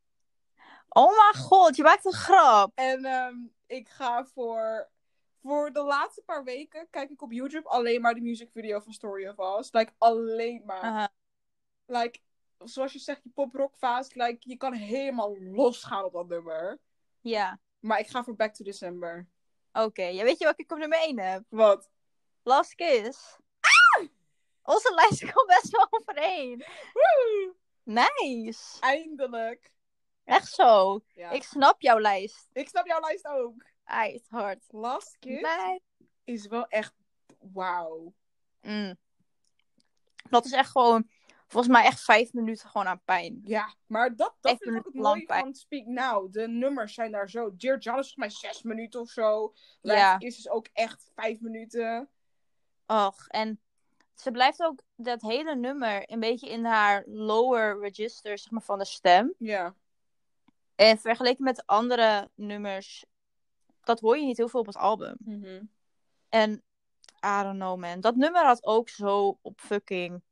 [SPEAKER 1] Oh mijn god, je maakt een grap.
[SPEAKER 2] En um, ik ga voor... Voor de laatste paar weken kijk ik op YouTube alleen maar de musicvideo van Story of Us. Like, alleen maar.
[SPEAKER 1] Uh-huh.
[SPEAKER 2] Like, zoals je zegt, je pop-rock fase. Like, je kan helemaal losgaan op dat nummer.
[SPEAKER 1] Ja.
[SPEAKER 2] Maar ik ga voor Back to December.
[SPEAKER 1] Oké, okay. Ja, weet je welke ik op nummer één heb?
[SPEAKER 2] Wat?
[SPEAKER 1] Last Kiss. Ah! Onze lijst komt best wel overeen.
[SPEAKER 2] Woo!
[SPEAKER 1] Nice.
[SPEAKER 2] Eindelijk.
[SPEAKER 1] Echt zo.
[SPEAKER 2] Ja.
[SPEAKER 1] Ik snap jouw lijst.
[SPEAKER 2] Ik snap jouw lijst ook.
[SPEAKER 1] Uit, hard.
[SPEAKER 2] Last Kiss
[SPEAKER 1] nee.
[SPEAKER 2] is wel echt wauw.
[SPEAKER 1] Mm. Dat is echt gewoon, volgens mij echt vijf minuten gewoon aan pijn.
[SPEAKER 2] Ja, maar dat, dat vind ik ook het mooie
[SPEAKER 1] pijn.
[SPEAKER 2] van Speak Now. De nummers zijn daar zo. Dear John is volgens mij zes minuten of zo. Last
[SPEAKER 1] ja.
[SPEAKER 2] Kiss is ook echt vijf minuten.
[SPEAKER 1] Och, en ze blijft ook dat hele nummer een beetje in haar lower register, zeg maar, van de stem.
[SPEAKER 2] Ja.
[SPEAKER 1] En vergeleken met de andere nummers, dat hoor je niet heel veel op het album.
[SPEAKER 2] Mm-hmm.
[SPEAKER 1] En, I don't know man, dat nummer had ook zo op fucking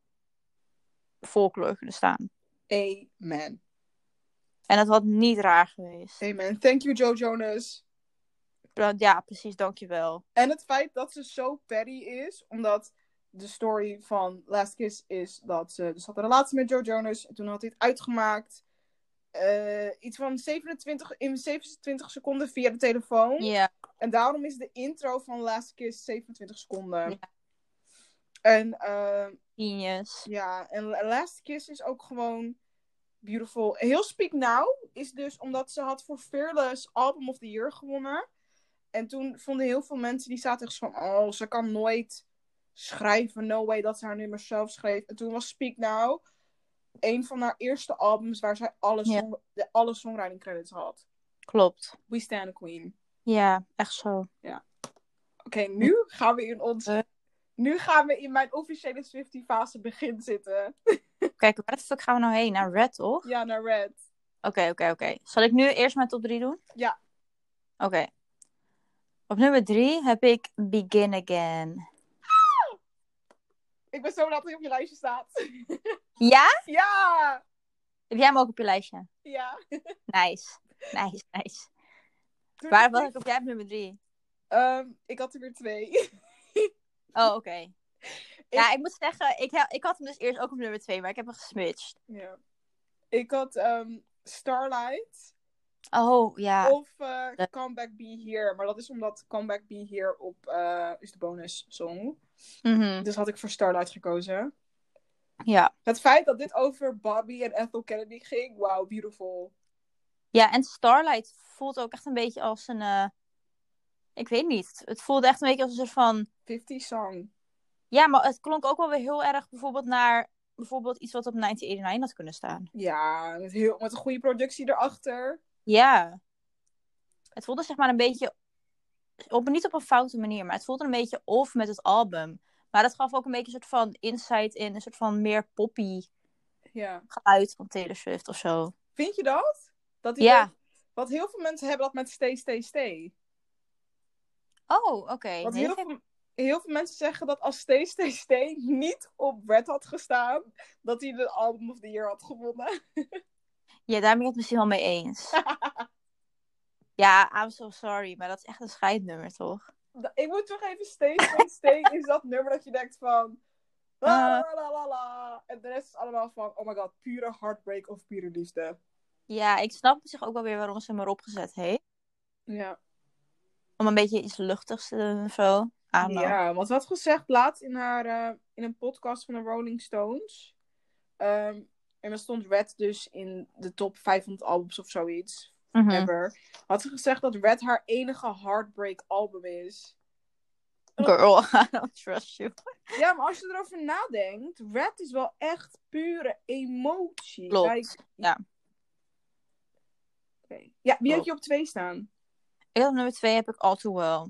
[SPEAKER 1] folklore kunnen staan.
[SPEAKER 2] Amen.
[SPEAKER 1] En het had niet raar geweest.
[SPEAKER 2] Amen. Thank you, Joe Jonas.
[SPEAKER 1] Ja, precies, dankjewel.
[SPEAKER 2] En het feit dat ze zo petty is, omdat de story van Last Kiss is dat ze dus had een relatie met Joe Jonas. En toen had hij het uitgemaakt. Uh, iets van zevenentwintig, in zevenentwintig seconden via de telefoon.
[SPEAKER 1] Ja.
[SPEAKER 2] En daarom is de intro van Last Kiss zevenentwintig seconden.
[SPEAKER 1] Ja.
[SPEAKER 2] En, uh,
[SPEAKER 1] Genius.
[SPEAKER 2] ja, en Last Kiss is ook gewoon beautiful. Heel Speak Now is dus omdat ze had voor Fearless Album of the Year gewonnen. En toen vonden heel veel mensen, die zaten echt van, oh, ze kan nooit schrijven. No way dat ze haar nummers zelf schreef. En toen was Speak Now een van haar eerste albums waar zij alle,
[SPEAKER 1] Ja.
[SPEAKER 2] song, de, alle songwriting credits had.
[SPEAKER 1] Klopt.
[SPEAKER 2] We Stand a Queen.
[SPEAKER 1] Ja, echt zo.
[SPEAKER 2] Ja. Oké, okay, nu gaan we in ons... Nu gaan we in mijn officiële Swiftie fase begin zitten.
[SPEAKER 1] Kijk, waar de fuck gaan we nou heen? Naar Red, toch?
[SPEAKER 2] Ja, naar Red.
[SPEAKER 1] Oké, okay, oké, okay, oké. Okay. Zal ik nu eerst mijn top drie doen?
[SPEAKER 2] Ja.
[SPEAKER 1] Oké. Okay. Op nummer drie heb ik Begin Again.
[SPEAKER 2] Ah! Ik ben zo blij dat hij op je lijstje staat.
[SPEAKER 1] Ja?
[SPEAKER 2] Ja!
[SPEAKER 1] Heb jij hem ook op je lijstje?
[SPEAKER 2] Ja.
[SPEAKER 1] Nice. Nice, nice. Waar was ik op jij op nummer drie?
[SPEAKER 2] Um, ik had er weer twee.
[SPEAKER 1] Oh, oké. Okay. Ja, ik moet zeggen, ik, ik had hem dus eerst ook op nummer twee, maar ik heb hem geswitcht.
[SPEAKER 2] Ja. Ik had um, Starlight.
[SPEAKER 1] Oh, ja.
[SPEAKER 2] Of uh, Come Back Be Here. Maar dat is omdat Come Back Be Here op uh, is de bonus song.
[SPEAKER 1] Mm-hmm.
[SPEAKER 2] Dus had ik voor Starlight gekozen.
[SPEAKER 1] Ja.
[SPEAKER 2] Het feit dat dit over Bobby en Ethel Kennedy ging. Wow, beautiful.
[SPEAKER 1] Ja, en Starlight voelt ook echt een beetje als een... Uh, ik weet niet. Het voelde echt een beetje als een soort van...
[SPEAKER 2] fifties song.
[SPEAKER 1] Ja, maar het klonk ook wel weer heel erg bijvoorbeeld naar... Bijvoorbeeld iets wat op negentien eenennegentig had kunnen staan.
[SPEAKER 2] Ja, met, heel, met een goede productie erachter.
[SPEAKER 1] Ja. Het voelde zeg maar een beetje... Op, niet op een foute manier, maar het voelde een beetje off met het album. Maar dat gaf ook een beetje een soort van insight in... Een soort van meer poppy
[SPEAKER 2] ja.
[SPEAKER 1] geluid van Taylor Swift of zo.
[SPEAKER 2] Vind je dat? dat
[SPEAKER 1] ja.
[SPEAKER 2] Weet, want heel veel mensen hebben dat met Stay, Stay, Stay.
[SPEAKER 1] Oh, oké. Okay.
[SPEAKER 2] Want
[SPEAKER 1] nee,
[SPEAKER 2] heel, veel, heel veel mensen zeggen dat als Stay, Stay, Stay niet op Red had gestaan, dat hij de Album of the Year had gewonnen.
[SPEAKER 1] Ja, daar ben ik het misschien wel mee eens. Ja, I'm so sorry, maar dat is echt een scheidnummer, toch?
[SPEAKER 2] Ik moet toch even Stay, Stay, Stay is dat nummer dat je denkt van... La, la, la, la, la. En de rest is allemaal van, oh my god, pure heartbreak of pure liefde.
[SPEAKER 1] Ja, ik snap zich ook wel weer waarom ze hem erop gezet heeft.
[SPEAKER 2] Ja.
[SPEAKER 1] Om een beetje iets luchtigs te doen of zo.
[SPEAKER 2] Ja, want ze had gezegd laatst in haar uh, in een podcast van de Rolling Stones. Um, en dan stond Red dus in de top vijfhonderd albums of zoiets.
[SPEAKER 1] Mm-hmm.
[SPEAKER 2] Ever. Had ze gezegd dat Red haar enige heartbreak album is.
[SPEAKER 1] Girl, I don't trust you.
[SPEAKER 2] Ja, maar als je erover nadenkt, Red is wel echt pure emotie.
[SPEAKER 1] Klopt,
[SPEAKER 2] like...
[SPEAKER 1] ja.
[SPEAKER 2] Okay. Ja, wie had je op twee staan?
[SPEAKER 1] Ik had op nummer twee heb ik All Too Well.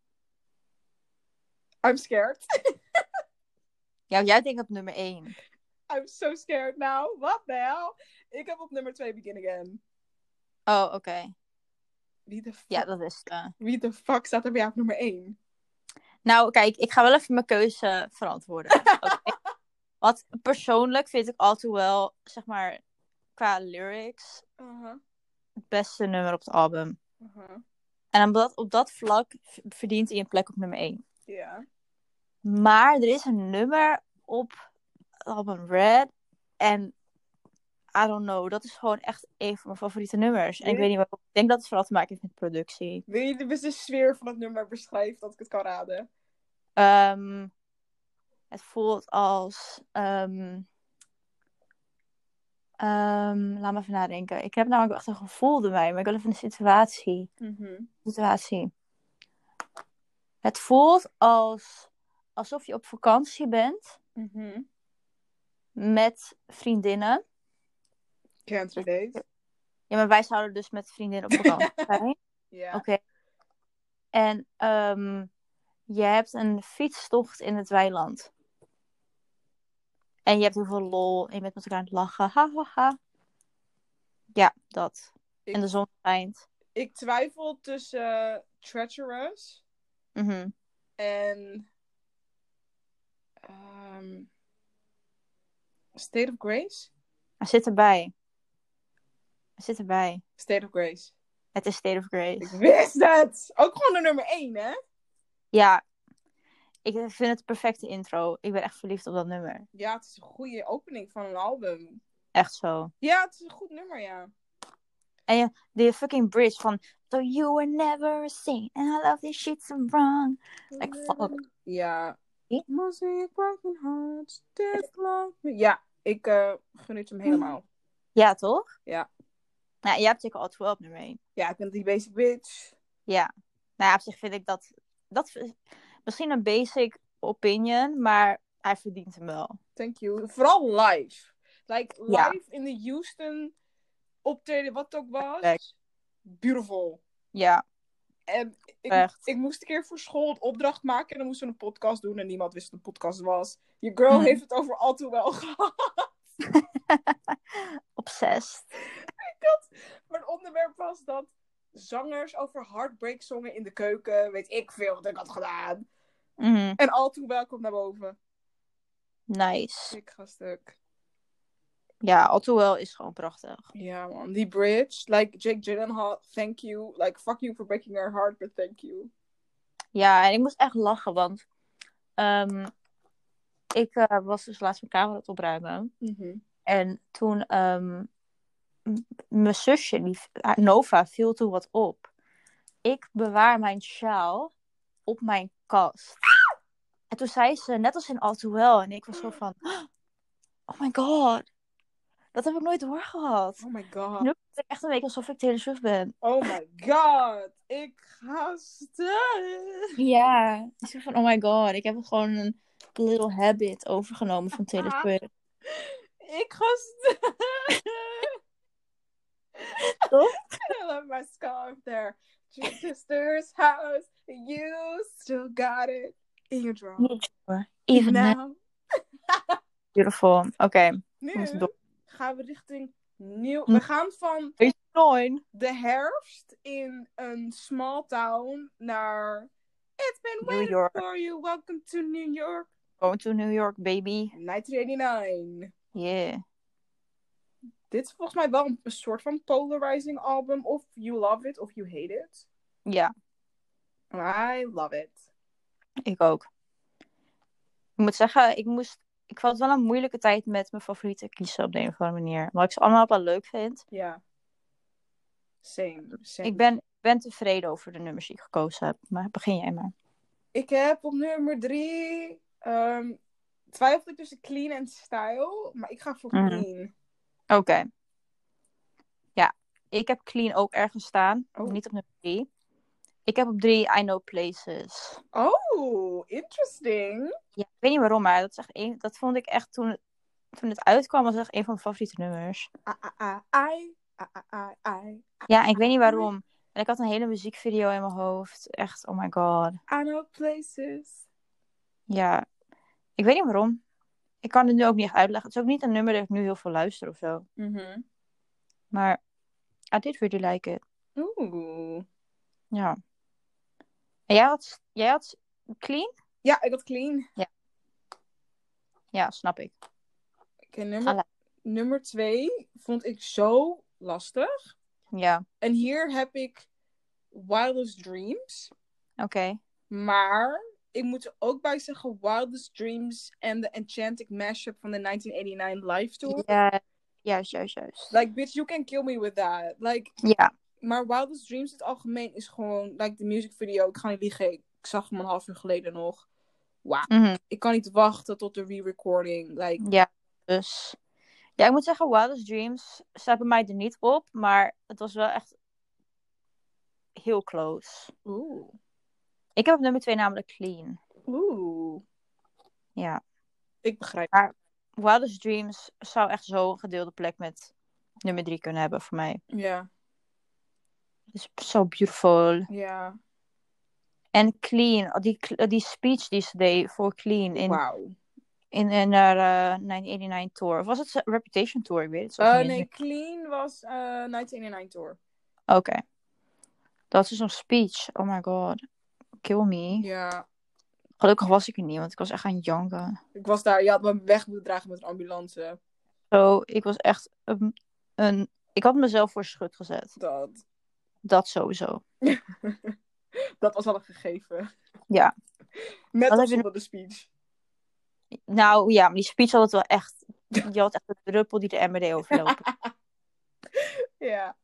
[SPEAKER 2] I'm scared.
[SPEAKER 1] Ja, jij denkt op nummer één.
[SPEAKER 2] I'm so scared now. What the hell? Ik heb op nummer twee Begin Again.
[SPEAKER 1] Oh, oké. Okay.
[SPEAKER 2] Wie de fuck?
[SPEAKER 1] Ja, dat is uh...
[SPEAKER 2] Wie de fuck staat er bij jou op nummer één?
[SPEAKER 1] Nou, kijk, ik ga wel even mijn keuze verantwoorden. Okay? Want persoonlijk vind ik All Too Well, zeg maar, qua lyrics,
[SPEAKER 2] uh-huh.
[SPEAKER 1] het beste nummer op het album.
[SPEAKER 2] Uh-huh.
[SPEAKER 1] En op dat, op dat vlak verdient hij een plek op nummer één.
[SPEAKER 2] Ja. Yeah.
[SPEAKER 1] Maar er is een nummer op het album Red. En I don't know, dat is gewoon echt een van mijn favoriete nummers. En
[SPEAKER 2] yeah.
[SPEAKER 1] ik weet niet waarom. Ik denk dat het vooral te maken heeft met productie.
[SPEAKER 2] Wil je de, de sfeer van het nummer beschrijven, dat ik het kan raden?
[SPEAKER 1] Um, het voelt als... Um, um, laat me even nadenken. Ik heb namelijk echt een gevoel erbij, maar ik wil even een situatie.
[SPEAKER 2] Mm-hmm.
[SPEAKER 1] Situatie. Het voelt als alsof je op vakantie bent.
[SPEAKER 2] Mm-hmm.
[SPEAKER 1] Met vriendinnen.
[SPEAKER 2] Can't relate.
[SPEAKER 1] Ja, maar wij zouden dus met vriendinnen op vakantie zijn.
[SPEAKER 2] Ja.
[SPEAKER 1] Oké. Okay. En um, je hebt een fietstocht in het weiland. En je hebt heel veel lol. En je bent met elkaar aan het lachen. Ha, ha, ha. Ja, dat.
[SPEAKER 2] Ik,
[SPEAKER 1] en de zon schijnt.
[SPEAKER 2] Ik twijfel tussen uh, Treacherous.
[SPEAKER 1] Mm-hmm.
[SPEAKER 2] En... Um, State of Grace?
[SPEAKER 1] Hij zit erbij. Hij zit erbij.
[SPEAKER 2] State of Grace.
[SPEAKER 1] Het is State of Grace.
[SPEAKER 2] Ik wist het! Ook gewoon de nummer één, hè?
[SPEAKER 1] Ja. Ik vind het de perfecte intro. Ik ben echt verliefd op dat nummer.
[SPEAKER 2] Ja, het is een goede opening van een album.
[SPEAKER 1] Echt zo.
[SPEAKER 2] Ja, het is een goed nummer, ja.
[SPEAKER 1] En ja, de fucking bridge van... So you were never a saint. And I love this shit so wrong. Like, fuck.
[SPEAKER 2] Ja.
[SPEAKER 1] Hm?
[SPEAKER 2] Mosaic broken hearts, this love me. Ja, ik uh, geniet hem helemaal.
[SPEAKER 1] Ja, toch?
[SPEAKER 2] Ja.
[SPEAKER 1] Nou, jij hebt zeker al twaalf nummer één.
[SPEAKER 2] Ja, ik ben die basic bitch.
[SPEAKER 1] Ja. Nou ja, op zich vind ik dat... dat misschien een basic opinion, maar hij verdient hem wel.
[SPEAKER 2] Thank you. Vooral live. Like, live
[SPEAKER 1] Ja.
[SPEAKER 2] in de Houston optreden, wat het ook was.
[SPEAKER 1] Perfect.
[SPEAKER 2] Beautiful.
[SPEAKER 1] Ja.
[SPEAKER 2] En ik,
[SPEAKER 1] Echt.
[SPEAKER 2] ik moest een keer voor school een opdracht maken en dan moesten we een podcast doen en niemand wist wat een podcast was. Je girl
[SPEAKER 1] Mm.
[SPEAKER 2] heeft het over All Too Well gehad.
[SPEAKER 1] Obsessed.
[SPEAKER 2] Ik had, mijn onderwerp was dat zangers over heartbreak zongen in de keuken. Weet ik veel wat ik had gedaan.
[SPEAKER 1] Mm.
[SPEAKER 2] En All Too Well komt naar boven.
[SPEAKER 1] Nice.
[SPEAKER 2] Ik ga stuk.
[SPEAKER 1] Ja, All Too Well is gewoon prachtig.
[SPEAKER 2] Ja man, die bridge. Like Jake Gyllenhaal, thank you. Like fuck you for breaking her heart, but thank you.
[SPEAKER 1] Ja, en ik moest echt lachen, want um, ik uh, was dus laatst mijn kamer aan het opruimen.
[SPEAKER 2] Mm-hmm.
[SPEAKER 1] En toen, um, m- mijn zusje, die, Nova, viel toen wat op. Ik bewaar mijn sjaal op mijn kast. En toen zei ze, net als in All Too Well. En ik was zo van, oh my god. Dat heb ik nooit doorgehad.
[SPEAKER 2] Oh my god.
[SPEAKER 1] Nu voel ik echt een week alsof ik Taylor Swift ben.
[SPEAKER 2] Oh my god. Ik ga stuk.
[SPEAKER 1] Ja. Ik zeg van, oh my god. Ik heb gewoon een little habit overgenomen van Taylor Swift.
[SPEAKER 2] Ik ga stuk.
[SPEAKER 1] Toch?
[SPEAKER 2] I love my scarf there. Your sister's house. You still got it in your drawer.
[SPEAKER 1] Even, Even now.
[SPEAKER 2] now.
[SPEAKER 1] Beautiful. Oké. Okay.
[SPEAKER 2] Nu gaan we richting nieuw.
[SPEAKER 1] Hm.
[SPEAKER 2] We gaan van
[SPEAKER 1] Nine.
[SPEAKER 2] de herfst in een small town naar It's been
[SPEAKER 1] New
[SPEAKER 2] waiting
[SPEAKER 1] York.
[SPEAKER 2] for you. Welcome to New York.
[SPEAKER 1] Going to New York, baby.
[SPEAKER 2] negentien eighty-nine.
[SPEAKER 1] Yeah.
[SPEAKER 2] Dit is volgens mij wel een, een soort van polarizing album. Of you love it of you hate it.
[SPEAKER 1] Ja.
[SPEAKER 2] I love it.
[SPEAKER 1] Ik ook. Ik moet zeggen, ik moest... Ik had wel een moeilijke tijd met mijn favorieten kiezen op de een of andere manier. Maar ik ze allemaal wel leuk vind.
[SPEAKER 2] Ja. Yeah. Same, same.
[SPEAKER 1] Ik ben, ben tevreden over de nummers die ik gekozen heb. Maar begin jij maar.
[SPEAKER 2] Ik heb op nummer drie... Um, twijfel ik tussen Clean en Style. Maar ik ga voor
[SPEAKER 1] Mhm.
[SPEAKER 2] Clean.
[SPEAKER 1] Oké. Okay. Ja. Ik heb Clean ook ergens staan.
[SPEAKER 2] Oh.
[SPEAKER 1] Niet op nummer drie. Ik heb op drie I Know Places.
[SPEAKER 2] Oh, interesting.
[SPEAKER 1] Ja, ik weet niet waarom, maar dat, is echt een, dat vond ik echt toen het, toen het uitkwam, was echt een van mijn favoriete nummers.
[SPEAKER 2] I, I, I, I, I, I,
[SPEAKER 1] Ja, en ik weet niet waarom. En ik had een hele muziekvideo in mijn hoofd. Echt, oh my god.
[SPEAKER 2] I know places.
[SPEAKER 1] Ja, ik weet niet waarom. Ik kan het nu ook niet echt uitleggen. Het is ook niet een nummer dat ik nu heel veel luister of zo.
[SPEAKER 2] Mm-hmm.
[SPEAKER 1] Maar I did really like it.
[SPEAKER 2] Oeh.
[SPEAKER 1] Ja. En jij had, jij had Clean?
[SPEAKER 2] Ja, ik had Clean.
[SPEAKER 1] Ja, snap ik.
[SPEAKER 2] Okay, nummer,
[SPEAKER 1] Alla.
[SPEAKER 2] nummer twee vond ik zo lastig.
[SPEAKER 1] Ja,
[SPEAKER 2] En hier heb ik Wildest Dreams.
[SPEAKER 1] oké. Okay.
[SPEAKER 2] Maar ik moet er ook bij zeggen Wildest Dreams en de Enchanted mashup van de negentien eighty-nine live tour.
[SPEAKER 1] Ja, juist, juist, juist.
[SPEAKER 2] Like, bitch, you can kill me with that. Like,
[SPEAKER 1] Ja.
[SPEAKER 2] Maar Wildest Dreams in het algemeen is gewoon, like de music video, ik ga niet liegen, ik zag hem een half uur geleden nog. Wauw.
[SPEAKER 1] Mm-hmm.
[SPEAKER 2] Ik kan niet wachten tot de re-recording. Like...
[SPEAKER 1] Ja, dus... Ja, ik moet zeggen, Wildest Dreams staat bij mij er niet op, maar het was wel echt heel close.
[SPEAKER 2] Oeh.
[SPEAKER 1] Ik heb op nummer twee namelijk Clean.
[SPEAKER 2] Oeh.
[SPEAKER 1] Ja.
[SPEAKER 2] Ik begrijp.
[SPEAKER 1] Maar Wildest Dreams zou echt zo een gedeelde plek met nummer drie kunnen hebben voor mij.
[SPEAKER 2] Ja.
[SPEAKER 1] Het is zo beautiful.
[SPEAKER 2] Ja.
[SPEAKER 1] En Clean, die, die speech die ze deed voor Clean in,
[SPEAKER 2] Wauw.
[SPEAKER 1] in, in haar uh, negentien eighty-nine tour. Of was het Reputation tour? Ik weet het zo
[SPEAKER 2] Uh,
[SPEAKER 1] niet.
[SPEAKER 2] nee, Clean was uh, negentien eighty-nine tour.
[SPEAKER 1] Oké. Okay. Dat is zo'n speech. Oh my god. Kill me.
[SPEAKER 2] Ja.
[SPEAKER 1] Gelukkig was ik er niet, want ik was echt aan het janken.
[SPEAKER 2] Ik was daar, je had me weg moeten dragen met een ambulance.
[SPEAKER 1] Zo, ik was echt een, een... Ik had mezelf voor schut gezet.
[SPEAKER 2] Dat.
[SPEAKER 1] Dat sowieso.
[SPEAKER 2] Dat was al een gegeven.
[SPEAKER 1] Ja.
[SPEAKER 2] Met
[SPEAKER 1] Wat
[SPEAKER 2] of
[SPEAKER 1] heb je
[SPEAKER 2] zonder de speech.
[SPEAKER 1] Nou ja, maar die speech had het wel echt... Je had echt de druppel die de emmer deed overlopen.
[SPEAKER 2] Ja.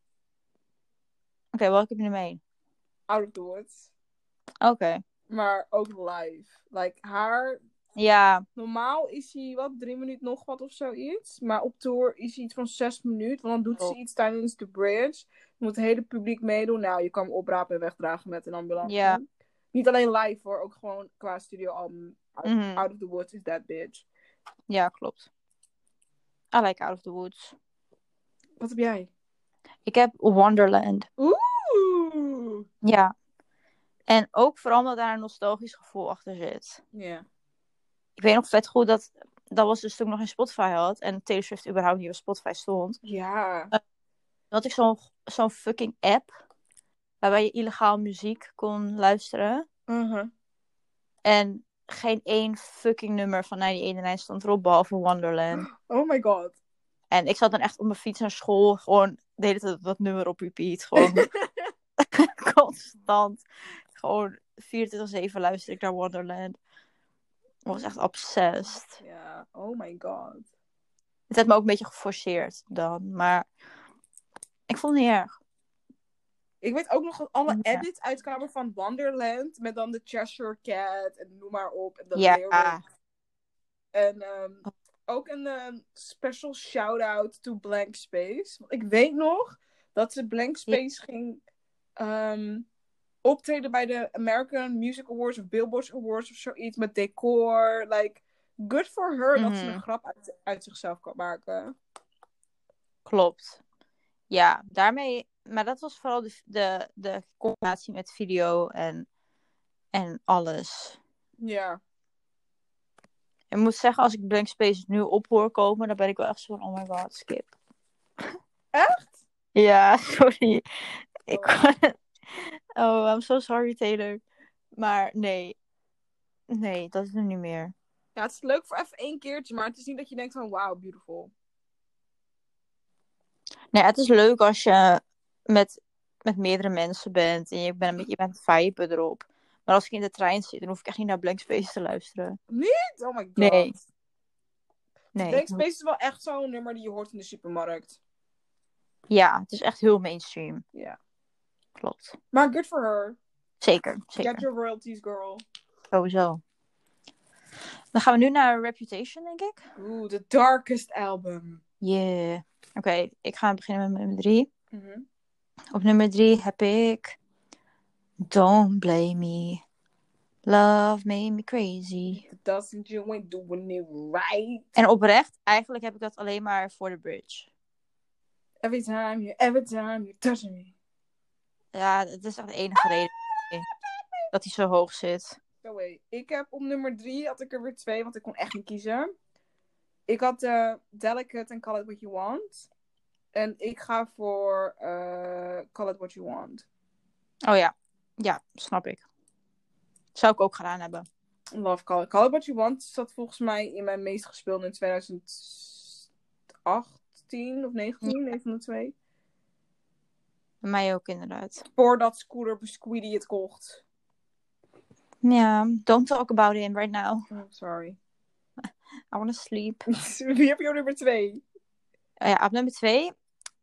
[SPEAKER 1] Oké, wat heb je er mee?
[SPEAKER 2] Out of the woods.
[SPEAKER 1] Oké.
[SPEAKER 2] Maar ook live. Like, haar...
[SPEAKER 1] Ja.
[SPEAKER 2] Normaal is hij, wat, drie minuten nog wat of zoiets. Maar op tour is hij iets van zes minuten. Want dan doet ze
[SPEAKER 1] Oh.
[SPEAKER 2] iets tijdens de bridge. Dan moet het hele publiek meedoen. Nou, je kan hem oprapen en wegdragen met een ambulance.
[SPEAKER 1] Ja.
[SPEAKER 2] Niet alleen live hoor, ook gewoon qua studioalbum. Out,
[SPEAKER 1] Mhm.
[SPEAKER 2] Out of the Woods is that bitch.
[SPEAKER 1] Ja, klopt. I like Out of the Woods.
[SPEAKER 2] Wat heb jij?
[SPEAKER 1] Ik heb Wonderland.
[SPEAKER 2] Oeh!
[SPEAKER 1] Ja. En ook vooral omdat daar een nostalgisch gevoel achter zit.
[SPEAKER 2] Ja. Yeah.
[SPEAKER 1] Ik weet nog vet goed dat... Dat was dus toen ik nog geen Spotify had. En Taylor Swift überhaupt niet op Spotify stond.
[SPEAKER 2] Ja.
[SPEAKER 1] Uh, had ik zo'n zo'n fucking app. Waarbij je illegaal muziek kon luisteren.
[SPEAKER 2] Uh-huh.
[SPEAKER 1] En geen één fucking nummer van negentien eenennegentig stond erop, behalve Wonderland.
[SPEAKER 2] Oh my god.
[SPEAKER 1] En ik zat dan echt op mijn fiets naar school, gewoon de hele tijd dat nummer op repeat. Gewoon constant. Gewoon vierentwintig zeven luister ik naar Wonderland. Ik was echt obsessed.
[SPEAKER 2] Ja, oh my god.
[SPEAKER 1] Het heeft me ook een beetje geforceerd dan, maar ik vond het niet erg.
[SPEAKER 2] Ik weet ook nog dat alle
[SPEAKER 1] Ja.
[SPEAKER 2] edits uitkwamen van Wonderland. Met dan de Cheshire Cat en noem maar op. En de
[SPEAKER 1] Ja.
[SPEAKER 2] lyrics. En um, ook een um, special shout-out to Blank Space. Want ik weet nog dat ze Blank Space ja. ging um, optreden bij de American Music Awards of Billboard Awards of zoiets. Met decor. Like, good for her mm-hmm. dat ze een grap uit, uit zichzelf kan maken.
[SPEAKER 1] Klopt. Ja, daarmee... Maar dat was vooral de, de, de combinatie met video en, en alles.
[SPEAKER 2] Ja.
[SPEAKER 1] Ik moet zeggen, als ik Blank Space nu op hoor komen, dan ben ik wel echt zo van, oh my god, skip.
[SPEAKER 2] Echt?
[SPEAKER 1] Ja, sorry.
[SPEAKER 2] Oh.
[SPEAKER 1] Ik oh, I'm so sorry, Taylor. Maar nee. Nee, dat is er niet meer.
[SPEAKER 2] Ja, het is leuk voor even één keertje, maar het is niet dat je denkt van, wow, beautiful.
[SPEAKER 1] Nee, het is leuk als je met, met meerdere mensen bent en je bent een beetje, je bent vibe erop. Maar als ik in de trein zit, dan hoef ik echt niet naar Blank Space te luisteren.
[SPEAKER 2] Niet? Oh my god.
[SPEAKER 1] Nee. nee.
[SPEAKER 2] Blank Space is wel echt zo'n nummer die je hoort in de supermarkt.
[SPEAKER 1] Ja, het is echt heel mainstream.
[SPEAKER 2] Ja.
[SPEAKER 1] Klopt.
[SPEAKER 2] Maar good for her.
[SPEAKER 1] Zeker, zeker.
[SPEAKER 2] Get your royalties, girl.
[SPEAKER 1] Sowieso. Dan gaan we nu naar Reputation, denk ik.
[SPEAKER 2] Oeh, the darkest album.
[SPEAKER 1] Yeah. Oké, okay, ik ga beginnen met nummer drie.
[SPEAKER 2] Mm-hmm.
[SPEAKER 1] Op nummer drie heb ik Don't Blame Me. Love Made Me Crazy.
[SPEAKER 2] Doesn't you ain't doing it right.
[SPEAKER 1] En oprecht, eigenlijk heb ik dat alleen maar voor de bridge.
[SPEAKER 2] Every time you, every time you touching me.
[SPEAKER 1] Ja, het is echt de enige reden dat hij zo hoog zit.
[SPEAKER 2] So wait, ik heb op nummer drie had ik er weer twee, want ik kon echt niet kiezen. Ik had uh, Delicate en Call It What You Want. En ik ga voor uh, Call It What You Want.
[SPEAKER 1] Oh ja, ja, snap ik. Zou ik ook gedaan hebben.
[SPEAKER 2] Love Call It. Call It What You Want zat volgens mij in mijn meest gespeelde in twintig achttien of negentien, ja. Een van de twee.
[SPEAKER 1] Bij mij ook inderdaad.
[SPEAKER 2] Voordat Scooter Biscuity het kocht.
[SPEAKER 1] Ja, don't talk about him right now.
[SPEAKER 2] Oh, sorry.
[SPEAKER 1] I wanna sleep.
[SPEAKER 2] Wie heb je op nummer twee?
[SPEAKER 1] Oh ja, op nummer twee.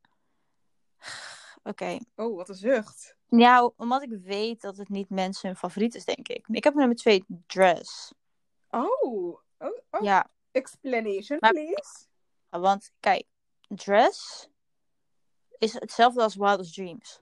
[SPEAKER 1] Oké. Okay.
[SPEAKER 2] Oh, wat een zucht.
[SPEAKER 1] Ja, omdat ik weet dat het niet mensen hun favoriet is, denk ik. Ik heb op nummer twee Dress.
[SPEAKER 2] Oh. oh, oh.
[SPEAKER 1] Ja.
[SPEAKER 2] Explanation,
[SPEAKER 1] maar,
[SPEAKER 2] please.
[SPEAKER 1] Want, kijk. Dress is hetzelfde als Wildest Dreams.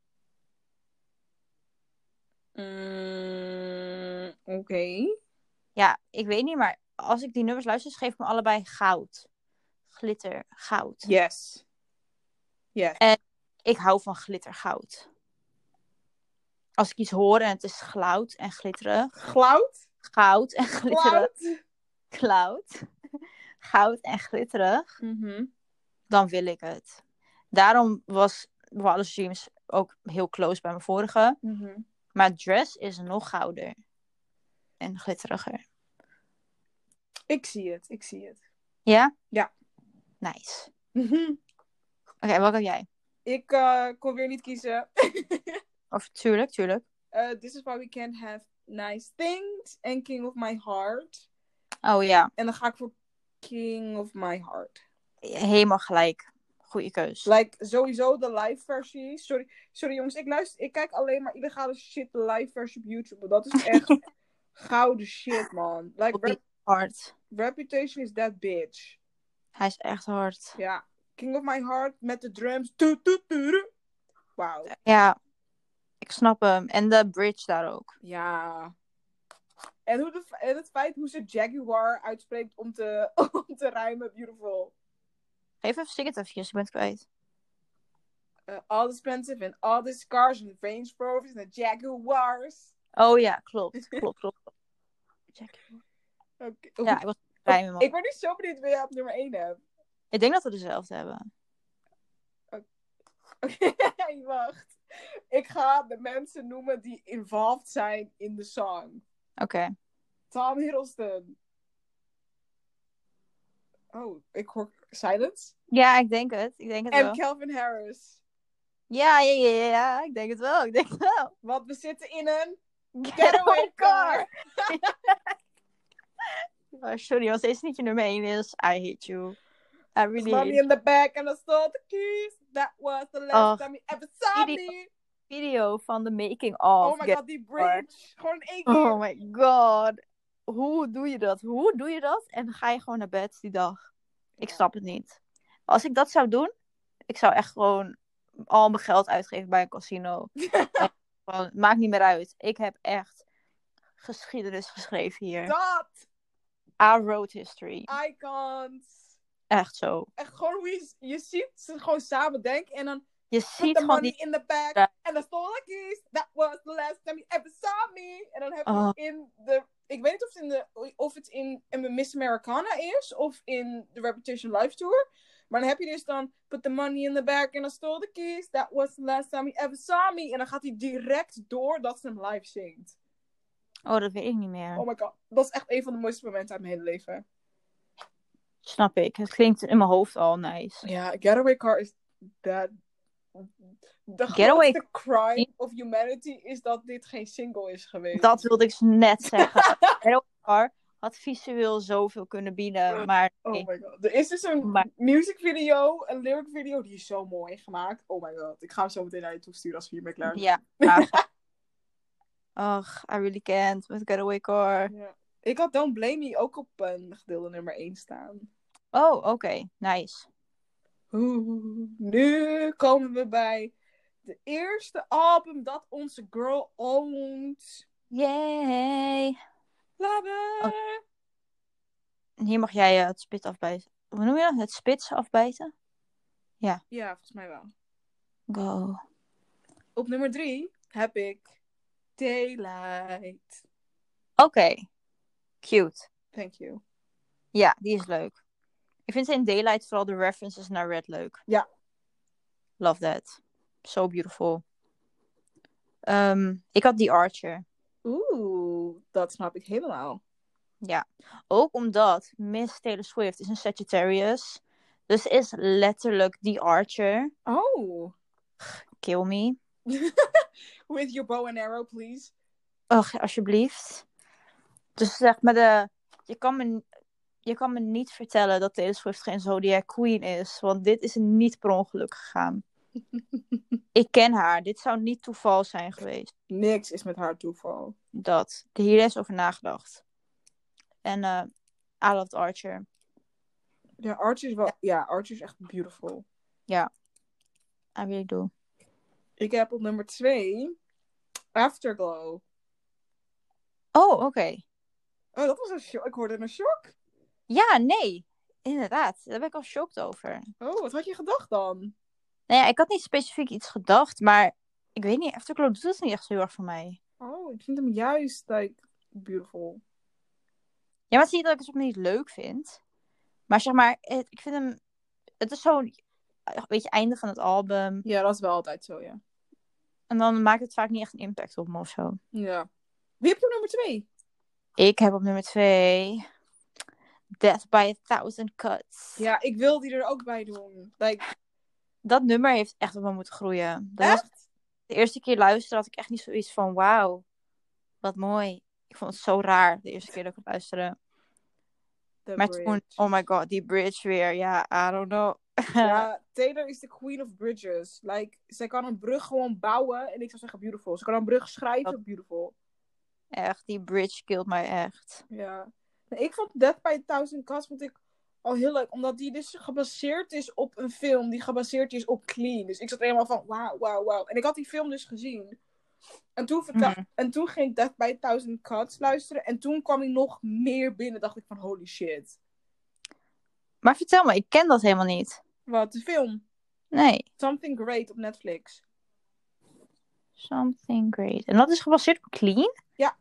[SPEAKER 2] Mm, Oké. Okay.
[SPEAKER 1] Ja, ik weet niet, maar als ik die nummers luister, geef ik me allebei goud. Glitter, goud.
[SPEAKER 2] Yes. Yes.
[SPEAKER 1] En ik hou van glittergoud. Als ik iets hoor en het is goud en glitterig.
[SPEAKER 2] Goud?
[SPEAKER 1] Goud en glitterig.
[SPEAKER 2] Goud?
[SPEAKER 1] Goud. Goud en glitterig.
[SPEAKER 2] Mm-hmm.
[SPEAKER 1] Dan wil ik het. Daarom was Wildest Dreams ook heel close bij mijn vorige.
[SPEAKER 2] Mm-hmm.
[SPEAKER 1] Maar Dress is nog gouder. en glitteriger.
[SPEAKER 2] Ik zie het, ik zie het.
[SPEAKER 1] Ja?
[SPEAKER 2] Ja.
[SPEAKER 1] Nice. Oké, okay, wat heb jij?
[SPEAKER 2] Ik uh, kon weer niet kiezen.
[SPEAKER 1] Of tuurlijk, tuurlijk.
[SPEAKER 2] Uh, this is why we can't have nice things. En King of My Heart.
[SPEAKER 1] Oh ja.
[SPEAKER 2] En dan ga ik voor King of My Heart.
[SPEAKER 1] Helemaal gelijk. Goeie keus.
[SPEAKER 2] Like, sowieso de live versie. Sorry, sorry jongens, ik luister, ik kijk alleen maar illegale shit, de live versie op YouTube. Maar dat is echt gouden shit, man. Like, rep-
[SPEAKER 1] hard.
[SPEAKER 2] Reputation is that bitch.
[SPEAKER 1] Hij is echt hard.
[SPEAKER 2] Ja. King of My Heart met de drums. Wauw.
[SPEAKER 1] Ja. Ik snap hem. En de bridge daar ook.
[SPEAKER 2] Ja. En, hoe de, en het feit hoe ze Jaguar uitspreekt om te, om te rijmen. Beautiful.
[SPEAKER 1] Geef even, zing het eventjes. Ik ben het kwijt.
[SPEAKER 2] Uh, all expensive and all the cars and Range Rovers and the Jaguars.
[SPEAKER 1] Oh ja, klopt. Klopt, klopt. Jaguar.
[SPEAKER 2] Okay.
[SPEAKER 1] Ja, ik was rijmen, man.
[SPEAKER 2] Ik ben nu zo benieuwd wie jij op nummer één hebt.
[SPEAKER 1] Ik denk dat we dezelfde hebben.
[SPEAKER 2] Oké, okay. Wacht. Ik ga de mensen noemen die involved zijn in de song.
[SPEAKER 1] Oké. Okay.
[SPEAKER 2] Tom Hiddleston. Oh, ik hoor silence.
[SPEAKER 1] Ja, ik denk het. Ik denk het
[SPEAKER 2] en
[SPEAKER 1] wel.
[SPEAKER 2] Calvin Harris.
[SPEAKER 1] Ja, ja, ja, ja. Ik denk het wel. Ik denk het wel.
[SPEAKER 2] Want we zitten in een getaway car.
[SPEAKER 1] Oh, sorry, als deze niet je nummer één is, I hate you. I really
[SPEAKER 2] Money in the back and I stole the keys. That was the last
[SPEAKER 1] oh,
[SPEAKER 2] time you ever saw
[SPEAKER 1] video,
[SPEAKER 2] me.
[SPEAKER 1] Video van de making of.
[SPEAKER 2] Oh my god, die bridge. Gewoon één keer.
[SPEAKER 1] Oh my god. Hoe doe je dat? Hoe doe je dat? En dan ga je gewoon naar bed die dag. Ik
[SPEAKER 2] Ja.
[SPEAKER 1] snap het niet. Als ik dat zou doen, ik zou echt gewoon al mijn geld uitgeven bij een casino. Gewoon, het maakt niet meer uit. Ik heb echt geschiedenis geschreven hier.
[SPEAKER 2] Dat.
[SPEAKER 1] I wrote history.
[SPEAKER 2] Icons.
[SPEAKER 1] Echt zo.
[SPEAKER 2] Echt gewoon hoe je, je ziet ze gewoon samen denken en dan
[SPEAKER 1] Je
[SPEAKER 2] put
[SPEAKER 1] ziet
[SPEAKER 2] the
[SPEAKER 1] gewoon
[SPEAKER 2] money
[SPEAKER 1] die...
[SPEAKER 2] in the bag
[SPEAKER 1] Ja.
[SPEAKER 2] and I stole the keys. That was the last time you ever saw me. En dan heb je
[SPEAKER 1] Oh.
[SPEAKER 2] in de... Ik weet niet of het in, de, of het in, in Miss Americana is of in de Reputation Live Tour. Maar dan heb je dus dan put the money in the bag and I stole the keys. That was the last time you ever saw me. En dan gaat hij direct door dat ze hem live zingt.
[SPEAKER 1] Oh, dat weet ik niet meer.
[SPEAKER 2] Oh my god. Dat is echt een van de mooiste momenten uit mijn hele leven.
[SPEAKER 1] Snap ik. Het klinkt in mijn hoofd al nice.
[SPEAKER 2] Ja, Getaway Car is that... De
[SPEAKER 1] Getaway
[SPEAKER 2] grootste crime of humanity is dat dit geen single is geweest.
[SPEAKER 1] Dat wilde ik net zeggen. Getaway Car had visueel zoveel kunnen bieden, maar nee.
[SPEAKER 2] Oh my god. Er is dus een
[SPEAKER 1] Maar...
[SPEAKER 2] music video, een lyric video, die is zo mooi gemaakt. Oh my god. Ik ga hem zo meteen naar je toesturen als we hiermee klaar zijn.
[SPEAKER 1] Ja. Ach, I really can't met Getaway Car.
[SPEAKER 2] Ja. Ik had Don't Blame Me ook op een gedeelde nummer één staan.
[SPEAKER 1] Oh, oké. Okay. Nice.
[SPEAKER 2] Oeh, nu komen we bij de eerste album dat onze girl owned.
[SPEAKER 1] Yay.
[SPEAKER 2] Lover.
[SPEAKER 1] Oh. Hier mag jij uh, het spit afbijten. Hoe noem je dat? Het spits afbijten? Ja.
[SPEAKER 2] Ja, volgens mij wel.
[SPEAKER 1] Go.
[SPEAKER 2] Op nummer drie heb ik Daylight.
[SPEAKER 1] Oké. Okay. Cute.
[SPEAKER 2] Thank you.
[SPEAKER 1] Ja, die is leuk. Ik vind in Daylight vooral de references naar Red leuk.
[SPEAKER 2] Ja.
[SPEAKER 1] Love that. So beautiful. Um, ik had The Archer.
[SPEAKER 2] Oeh, dat snap ik helemaal.
[SPEAKER 1] Ja. Ook omdat Miss Taylor Swift is een Sagittarius. Dus is letterlijk The Archer.
[SPEAKER 2] Oh.
[SPEAKER 1] Kill me.
[SPEAKER 2] With your bow and arrow, please.
[SPEAKER 1] Ach, alsjeblieft. Dus zeg maar de... Je kan me... Je kan me niet vertellen dat Taylor Swift geen Zodiac Queen is. Want dit is niet per ongeluk gegaan. Ik ken haar. Dit zou niet toeval zijn geweest.
[SPEAKER 2] Niks is met haar toeval.
[SPEAKER 1] Dat. Hier is over nagedacht. En uh, I loved Archer.
[SPEAKER 2] Ja, Archer is wel... Ja, ja, Archer is echt beautiful.
[SPEAKER 1] Ja. I really do.
[SPEAKER 2] Ik heb op nummer twee Afterglow.
[SPEAKER 1] Oh, oké. Okay.
[SPEAKER 2] Oh, dat was een shock. Ik hoorde een shock.
[SPEAKER 1] Ja, nee. Inderdaad. Daar ben ik al shocked over.
[SPEAKER 2] Oh, wat had je gedacht dan?
[SPEAKER 1] Nou ja, ik had niet specifiek iets gedacht, maar ik weet niet, Afterglow doet het niet echt zo heel erg voor mij.
[SPEAKER 2] Oh, ik vind hem juist, like, beautiful.
[SPEAKER 1] Ja, maar zie je dat ik het ook niet leuk vind. Maar zeg maar, het, ik vind hem... Het is zo'n, weet je, einde van het album.
[SPEAKER 2] Ja, dat is wel altijd zo, ja.
[SPEAKER 1] En dan maakt het vaak niet echt een impact op me of zo.
[SPEAKER 2] Ja. Wie heb je op nummer twee?
[SPEAKER 1] Ik heb op nummer twee Death by a Thousand Cuts.
[SPEAKER 2] Ja, ik wil die er ook bij doen. Like,
[SPEAKER 1] Dat nummer heeft echt op me moeten groeien. Dat was
[SPEAKER 2] echt?
[SPEAKER 1] de eerste keer luisteren had ik echt niet zoiets van wauw, wat mooi. Ik vond het zo raar de eerste keer dat ik het luisterde.
[SPEAKER 2] The
[SPEAKER 1] Maar
[SPEAKER 2] Bridge.
[SPEAKER 1] toen, oh my god, die bridge weer. Ja, I don't know.
[SPEAKER 2] Ja, Taylor is de queen of bridges. Like, zij kan een brug gewoon bouwen en ik zou zeggen beautiful. Ze kan een brug schrijven, beautiful.
[SPEAKER 1] Echt, die bridge killed mij echt.
[SPEAKER 2] Ja. Nee, ik vond Death by a Thousand Cuts vond ik al heel leuk. Omdat die dus gebaseerd is op een film die gebaseerd is op Clean. Dus ik zat er helemaal van wauw, wauw, wauw. En ik had die film dus gezien. En toen, vertel-
[SPEAKER 1] Mm.
[SPEAKER 2] en toen ging ik Death by a Thousand Cuts luisteren. En toen kwam ik nog meer binnen. Dacht ik van holy shit.
[SPEAKER 1] Maar vertel me, ik ken dat helemaal niet.
[SPEAKER 2] Wat, de film?
[SPEAKER 1] Nee.
[SPEAKER 2] Something Great op Netflix.
[SPEAKER 1] Something great. En dat is gebaseerd op Clean?
[SPEAKER 2] Ja.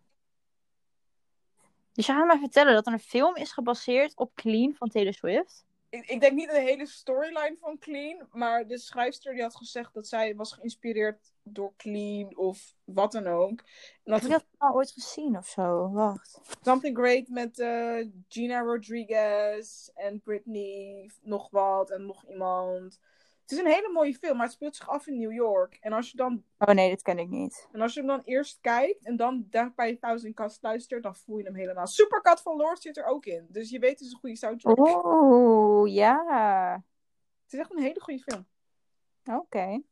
[SPEAKER 1] Dus je gaat mij vertellen dat er een film is gebaseerd op Clean van Taylor Swift?
[SPEAKER 2] Ik, ik denk niet de hele storyline van Clean. Maar de schrijfster die had gezegd dat zij was geïnspireerd door Clean of wat dan ook. En dat
[SPEAKER 1] Heb je dat al ooit gezien of zo? Wacht.
[SPEAKER 2] Something Great met uh, Gina Rodriguez en Britney, nog wat en nog iemand. Het is een hele mooie film, maar het speelt zich af in New York. En als je dan,
[SPEAKER 1] Oh nee, dat ken ik niet.
[SPEAKER 2] en als je hem dan eerst kijkt en dan Death by a Thousand Cuts luistert, dan voel je hem helemaal. Supercut van Lord zit er ook in. Dus je weet, het is een goede soundtrack.
[SPEAKER 1] Oeh, ja.
[SPEAKER 2] Het is echt een hele goede film.
[SPEAKER 1] Oké. Okay.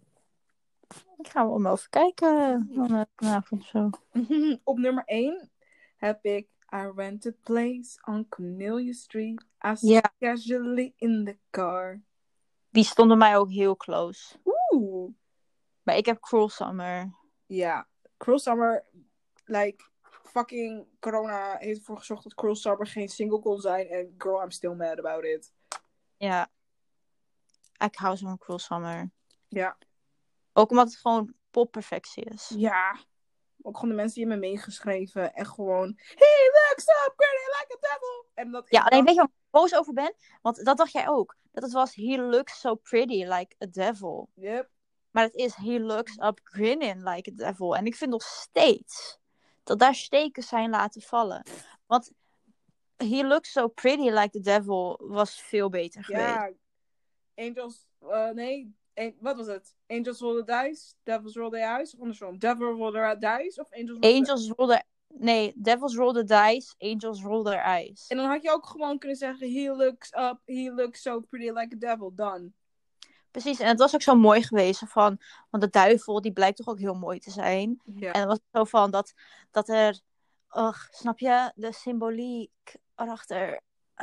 [SPEAKER 1] Ik ga wel even kijken vanavond of zo.
[SPEAKER 2] Op nummer één heb ik I Rent a Place on Cornelia Street. I sit
[SPEAKER 1] Ja.
[SPEAKER 2] casually in the car.
[SPEAKER 1] Die stonden mij ook heel close.
[SPEAKER 2] Oeh.
[SPEAKER 1] Maar ik heb Cruel Summer.
[SPEAKER 2] Ja. Cruel Summer, like, fucking corona heeft ervoor gezorgd dat Cruel Summer geen single kon zijn. En girl, I'm still mad about it.
[SPEAKER 1] Ja. Ik hou zo van Cruel Summer.
[SPEAKER 2] Ja.
[SPEAKER 1] Ook omdat het gewoon popperfectie is.
[SPEAKER 2] Ja. Ook gewoon de mensen die hebben meegeschreven. En gewoon, he looks so pretty like a devil. En dat
[SPEAKER 1] Ja,
[SPEAKER 2] ik
[SPEAKER 1] alleen
[SPEAKER 2] dacht-
[SPEAKER 1] weet je waar ik boos over ben? Want dat dacht jij ook. Dat het was, he looks so pretty like a devil.
[SPEAKER 2] Yep.
[SPEAKER 1] Maar het is, he looks up grinning like a devil. En ik vind nog steeds dat daar steken zijn laten vallen. Want he looks so pretty like the devil was veel beter geweest.
[SPEAKER 2] Ja. Angels, uh, nee. An- wat was het? Angels roll the dice, devils roll the eyes. Of andersom. Devil roll the dice of angels roll the...
[SPEAKER 1] Angels roll their... Nee, devils roll the dice, angels roll their eyes.
[SPEAKER 2] En dan had je ook gewoon kunnen zeggen, he looks up, he looks so pretty like a devil. Done.
[SPEAKER 1] Precies, en het was ook zo mooi geweest van... Want de duivel, die blijkt toch ook heel mooi te zijn.
[SPEAKER 2] Ja.
[SPEAKER 1] En het was zo van dat, dat er... Och, snap je? De symboliek erachter.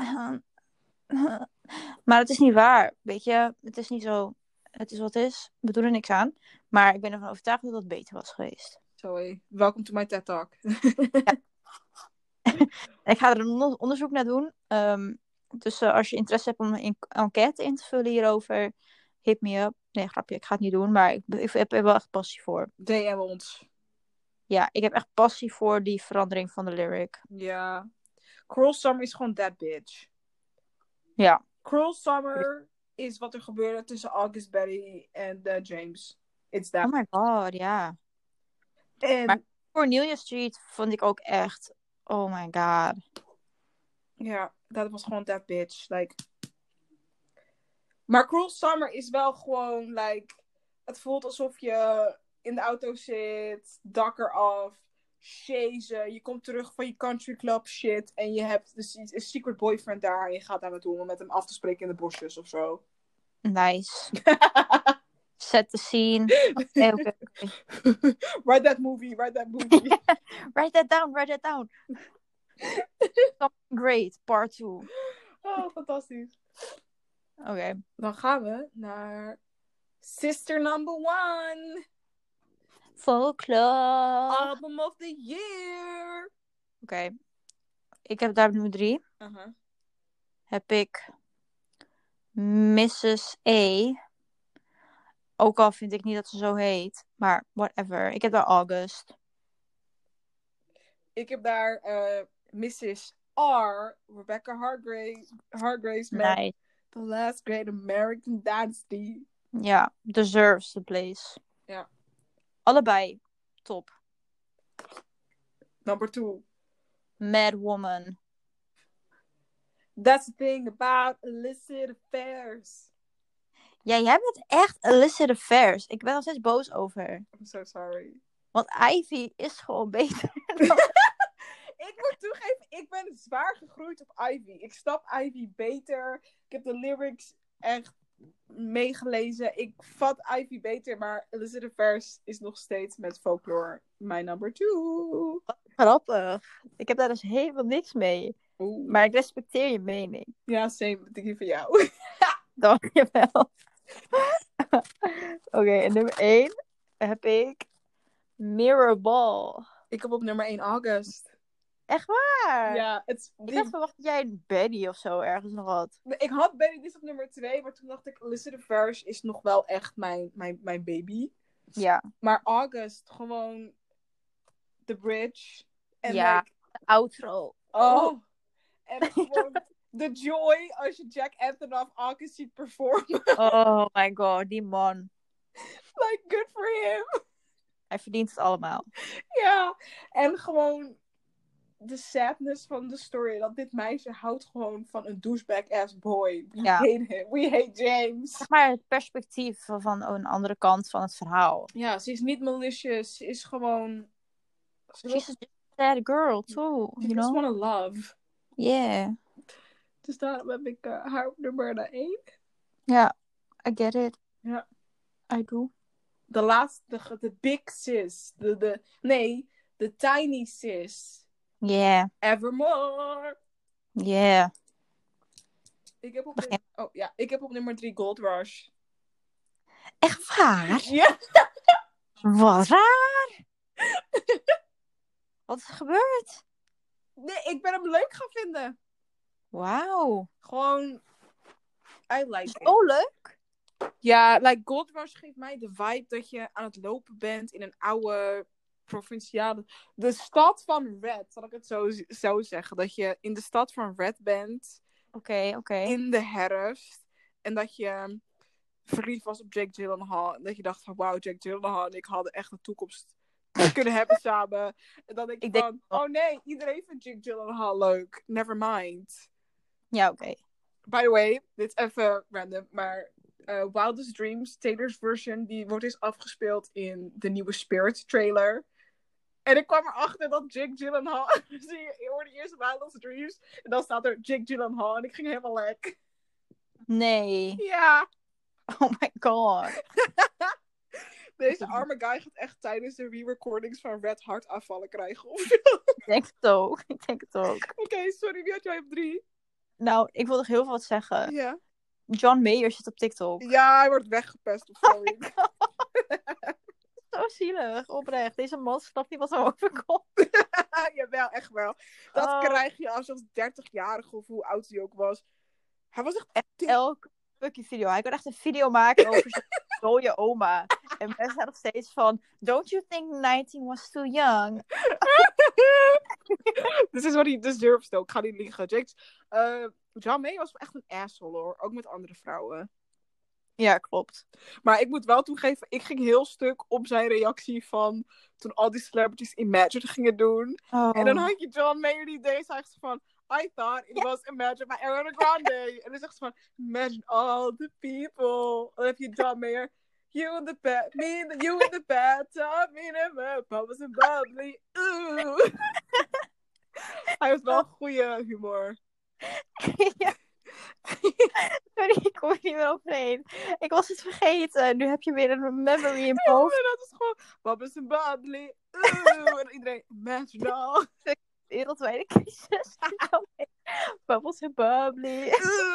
[SPEAKER 1] Maar het is niet waar, weet je? Het is niet zo... Het is wat het is. We doen er niks aan. Maar ik ben ervan overtuigd dat het beter was geweest.
[SPEAKER 2] Sorry. Welcome to my TED Talk.
[SPEAKER 1] Ik ga er een onder- onderzoek naar doen. Um, dus uh, als je interesse hebt om een enquête in te vullen hierover, hit me up. Nee, grapje, ik ga het niet doen, maar ik, ik heb er wel echt passie voor.
[SPEAKER 2] D M ons.
[SPEAKER 1] Ja, ik heb echt passie voor die verandering van de lyric.
[SPEAKER 2] Ja. Cruel Summer is gewoon that bitch.
[SPEAKER 1] Ja.
[SPEAKER 2] Cruel Summer is wat er gebeurde tussen August Betty en uh, James. It's that.
[SPEAKER 1] Oh my god, ja.
[SPEAKER 2] En
[SPEAKER 1] Maar Cornelia Street vond ik ook echt, oh my god.
[SPEAKER 2] ja, dat was gewoon that bitch. Like. Maar Cruel Summer is wel gewoon, like, het voelt alsof je in de auto zit, dak eraf, chasen, je komt terug van je country club shit en je hebt dus een secret boyfriend daar en je gaat daar naartoe om met hem af te spreken in de bosjes of zo.
[SPEAKER 1] Nice. Set the scene. Okay, okay, okay.
[SPEAKER 2] Write that movie, write that movie.
[SPEAKER 1] Write that down, write that down. Something great, part two.
[SPEAKER 2] Oh, fantastisch.
[SPEAKER 1] Oké. Okay.
[SPEAKER 2] Dan gaan we naar Sister Number One.
[SPEAKER 1] Folklore.
[SPEAKER 2] Album of the Year.
[SPEAKER 1] Oké. Okay. Ik heb daar nummer drie.
[SPEAKER 2] Uh-huh.
[SPEAKER 1] Heb ik missus A. Ook al vind ik niet dat ze zo heet. Maar whatever. Ik heb daar August.
[SPEAKER 2] Ik heb daar uh, missus R. Rebecca Hargrave, Hargraves met
[SPEAKER 1] Nice.
[SPEAKER 2] The Last Great American Dynasty.
[SPEAKER 1] Ja, deserves the place.
[SPEAKER 2] Ja.
[SPEAKER 1] Allebei top.
[SPEAKER 2] Number two.
[SPEAKER 1] Mad Woman.
[SPEAKER 2] That's the thing about illicit affairs.
[SPEAKER 1] Ja, jij bent echt illicit affairs. Ik ben nog steeds boos over.
[SPEAKER 2] I'm so sorry.
[SPEAKER 1] Want Ivy is gewoon beter.
[SPEAKER 2] Ik moet toegeven, ik ben zwaar gegroeid op Ivy. Ik snap Ivy beter. Ik heb de lyrics echt meegelezen. Ik vat Ivy beter, maar Illicit Affairs is nog steeds met Folklore mijn number two.
[SPEAKER 1] Grappig. Ik heb daar dus helemaal niks mee.
[SPEAKER 2] Oeh.
[SPEAKER 1] Maar ik respecteer je mening.
[SPEAKER 2] Ja, same. Dat ik van jou.
[SPEAKER 1] Dankjewel. Oké, okay, en nummer één heb ik Mirrorball.
[SPEAKER 2] Ik heb op nummer één August.
[SPEAKER 1] Echt waar?
[SPEAKER 2] Ja, het,
[SPEAKER 1] ik had verwacht dat jij een Betty of zo ergens nog had.
[SPEAKER 2] Ik had Betty This op nummer twee, maar toen dacht ik Illicit Affairs is nog wel echt mijn, mijn, mijn baby.
[SPEAKER 1] Ja.
[SPEAKER 2] Maar August, gewoon The Bridge. En
[SPEAKER 1] ja,
[SPEAKER 2] like,
[SPEAKER 1] de outro.
[SPEAKER 2] Oh. En gewoon de joy als je Jack Antonoff August ziet performen.
[SPEAKER 1] Oh my god, die man.
[SPEAKER 2] Like, good for him.
[SPEAKER 1] Hij verdient het allemaal.
[SPEAKER 2] Ja, en gewoon de sadness van de story. Dat dit meisje houdt gewoon van een douchebag ass boy. We
[SPEAKER 1] ja.
[SPEAKER 2] hate him. We hate James.
[SPEAKER 1] Zeg maar het perspectief van een andere kant van het verhaal.
[SPEAKER 2] Ja, ze is niet malicious. Ze is gewoon...
[SPEAKER 1] She's a sad girl too,
[SPEAKER 2] you
[SPEAKER 1] you
[SPEAKER 2] just
[SPEAKER 1] know?
[SPEAKER 2] wanna love.
[SPEAKER 1] Yeah.
[SPEAKER 2] Dus daarom heb ik uh, haar op nummer één.
[SPEAKER 1] Ja, I get it.
[SPEAKER 2] Ja.
[SPEAKER 1] I do.
[SPEAKER 2] De laatste, de big sis. De, de, nee, de tiny sis.
[SPEAKER 1] Yeah.
[SPEAKER 2] Evermore.
[SPEAKER 1] Yeah.
[SPEAKER 2] Ik heb op, nummer, oh, ja, ik heb op nummer drie Gold Rush.
[SPEAKER 1] Echt waar?
[SPEAKER 2] Ja.
[SPEAKER 1] Wat raar. Wat is er gebeurd?
[SPEAKER 2] Nee, ik ben hem leuk gaan vinden.
[SPEAKER 1] Wauw.
[SPEAKER 2] Gewoon, I like it.
[SPEAKER 1] Oh, leuk.
[SPEAKER 2] Ja, like Gold Rush geeft mij de vibe dat je aan het lopen bent in een oude provinciale... De stad van Red, zal ik het zo, zo zeggen. Dat je in de stad van Red bent.
[SPEAKER 1] Oké, okay, oké. Okay.
[SPEAKER 2] In de herfst. En dat je verliefd was op Jake Gyllenhaal. En dat je dacht van, wauw, Jake Gyllenhaal en ik hadden echt een toekomst kunnen hebben samen. En dan denk je
[SPEAKER 1] ik
[SPEAKER 2] van,
[SPEAKER 1] denk...
[SPEAKER 2] oh nee, iedereen vindt Jake Gyllenhaal leuk. Never mind.
[SPEAKER 1] Ja, oké. Okay.
[SPEAKER 2] By the way, dit is even random, maar uh, Wildest Dreams, Taylor's version, die wordt eens afgespeeld in de nieuwe Spirit trailer. En ik kwam erachter dat Jake Gyllenhaal... Zie je, je hoorde eerst Wildest Dreams en dan staat er Jake Gyllenhaal en ik ging helemaal lek.
[SPEAKER 1] Nee.
[SPEAKER 2] Ja.
[SPEAKER 1] Oh my god.
[SPEAKER 2] Deze arme guy gaat echt tijdens de re-recordings van Red Heart afvallen krijgen. Of
[SPEAKER 1] ik denk het ook. Ik denk het ook.
[SPEAKER 2] Oké, okay, sorry, wie had jij op drie?
[SPEAKER 1] Nou, ik wil nog heel veel wat zeggen.
[SPEAKER 2] Ja.
[SPEAKER 1] John Mayer zit op TikTok.
[SPEAKER 2] Ja, hij wordt weggepest of zo.
[SPEAKER 1] Zo zielig, oprecht. Deze man snapt niet wat er overkomt.
[SPEAKER 2] Jawel, echt wel. Dat oh. krijg je als je als dertig-jarige of hoe oud hij ook was. Hij was echt...
[SPEAKER 1] echt elke fucking video. Hij kon echt een video maken over zijn dode oma. En mensen zijn nog steeds van... Don't you think nineteen was too young?
[SPEAKER 2] This is what he deserves, though. Ik ga niet liegen. Jake, uh, John May was echt een asshole, hoor. Ook met andere vrouwen.
[SPEAKER 1] Ja, klopt.
[SPEAKER 2] Maar ik moet wel toegeven, ik ging heel stuk op zijn reactie van toen al die celebrities Imagine gingen doen.
[SPEAKER 1] Oh.
[SPEAKER 2] En dan had je John Mayer die deed, zegt ze van, I thought it yeah. was Imagine by Ariana Grande. En dan zegt ze van, imagine all the people. Dan heb je John Mayer, you in the bed, me in the, you in the bathtub, me in the bubbles and bubbly, ooh. Hij heeft wel goede humor.
[SPEAKER 1] Ja. Sorry, ik kom er niet meer overheen. Ik was het vergeten. Nu heb je weer een memory in mijn hoofd.
[SPEAKER 2] Ja, dat is gewoon bubbles and bubbly, ooh. En iedereen, imagine all.
[SPEAKER 1] Wereldwijde crisis. Bubbles and bubbly.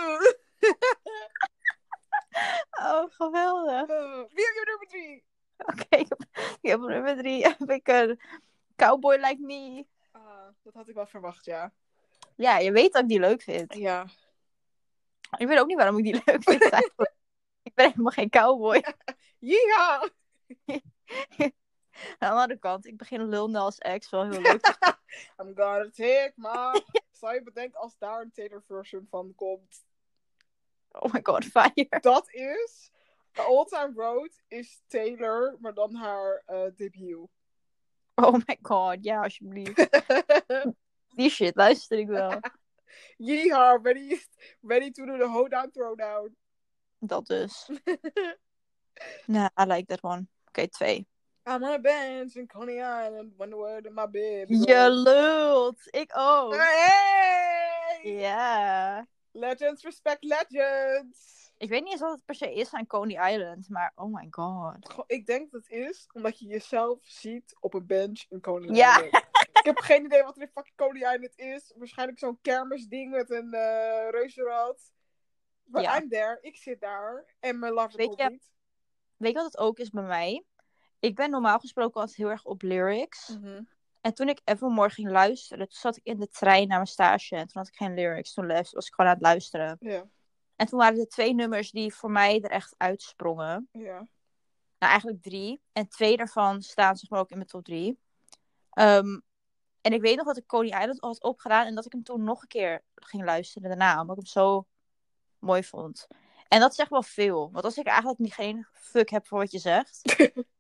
[SPEAKER 1] Oh, geweldig.
[SPEAKER 2] Uh, wie heb je nummer drie?
[SPEAKER 1] Oké, okay, ik heb op nummer drie heb ik een Cowboy Like Me.
[SPEAKER 2] Uh, dat had ik wel verwacht, ja.
[SPEAKER 1] Ja, je weet dat ik die leuk vind.
[SPEAKER 2] Ja.
[SPEAKER 1] Ik weet ook niet waarom ik die leuk vind. Ik ben helemaal geen cowboy.
[SPEAKER 2] Ja.
[SPEAKER 1] Aan de andere kant, ik begin Lil Nas X wel heel leuk.
[SPEAKER 2] I'm gonna take my... Zou je bedenken als daar een Taylor version van komt?
[SPEAKER 1] Oh my god, fire.
[SPEAKER 2] Dat is... The Old Time Road is Taylor, maar dan haar uh, debuut.
[SPEAKER 1] Oh my god, ja, alsjeblieft. Die shit luister ik wel.
[SPEAKER 2] Yeehaw, ready, ready to do the hoedown throwdown.
[SPEAKER 1] Dat dus. Nou, I like that one. Oké, okay, twee.
[SPEAKER 2] I'm on a bench in Coney Island, wonder where did my baby
[SPEAKER 1] Je
[SPEAKER 2] go.
[SPEAKER 1] lult. Ik ook.
[SPEAKER 2] Hey!
[SPEAKER 1] Ja.
[SPEAKER 2] Legends respect legends.
[SPEAKER 1] Ik weet niet eens wat het per se is aan Coney Island, maar oh my god.
[SPEAKER 2] Goh, ik denk dat het is omdat je jezelf ziet op een bench in Coney
[SPEAKER 1] Ja.
[SPEAKER 2] Island. Ik heb geen idee wat er in fucking Coney Island is. Waarschijnlijk zo'n kermisding met een uh, reuzenrad. Maar
[SPEAKER 1] Ja.
[SPEAKER 2] I'm there. Ik zit daar. En mijn lover
[SPEAKER 1] Weet
[SPEAKER 2] komt
[SPEAKER 1] je-
[SPEAKER 2] niet.
[SPEAKER 1] Weet je wat het ook is bij mij? Ik ben normaal gesproken altijd heel erg op lyrics.
[SPEAKER 2] Mhm.
[SPEAKER 1] En toen ik Evermore ging luisteren, toen zat ik in de trein naar mijn stage. En toen had ik geen lyrics. Toen les- was ik gewoon aan het luisteren.
[SPEAKER 2] Ja.
[SPEAKER 1] En toen waren er twee nummers die voor mij er echt uitsprongen.
[SPEAKER 2] Ja.
[SPEAKER 1] Nou, eigenlijk drie. En twee daarvan staan zeg maar ook in mijn top drie. Um, en ik weet nog dat ik Coney Island had opgedaan. En dat ik hem toen nog een keer ging luisteren daarna. Omdat ik hem zo mooi vond. En dat zegt wel veel. Want als ik eigenlijk niet geen fuck heb voor wat je zegt.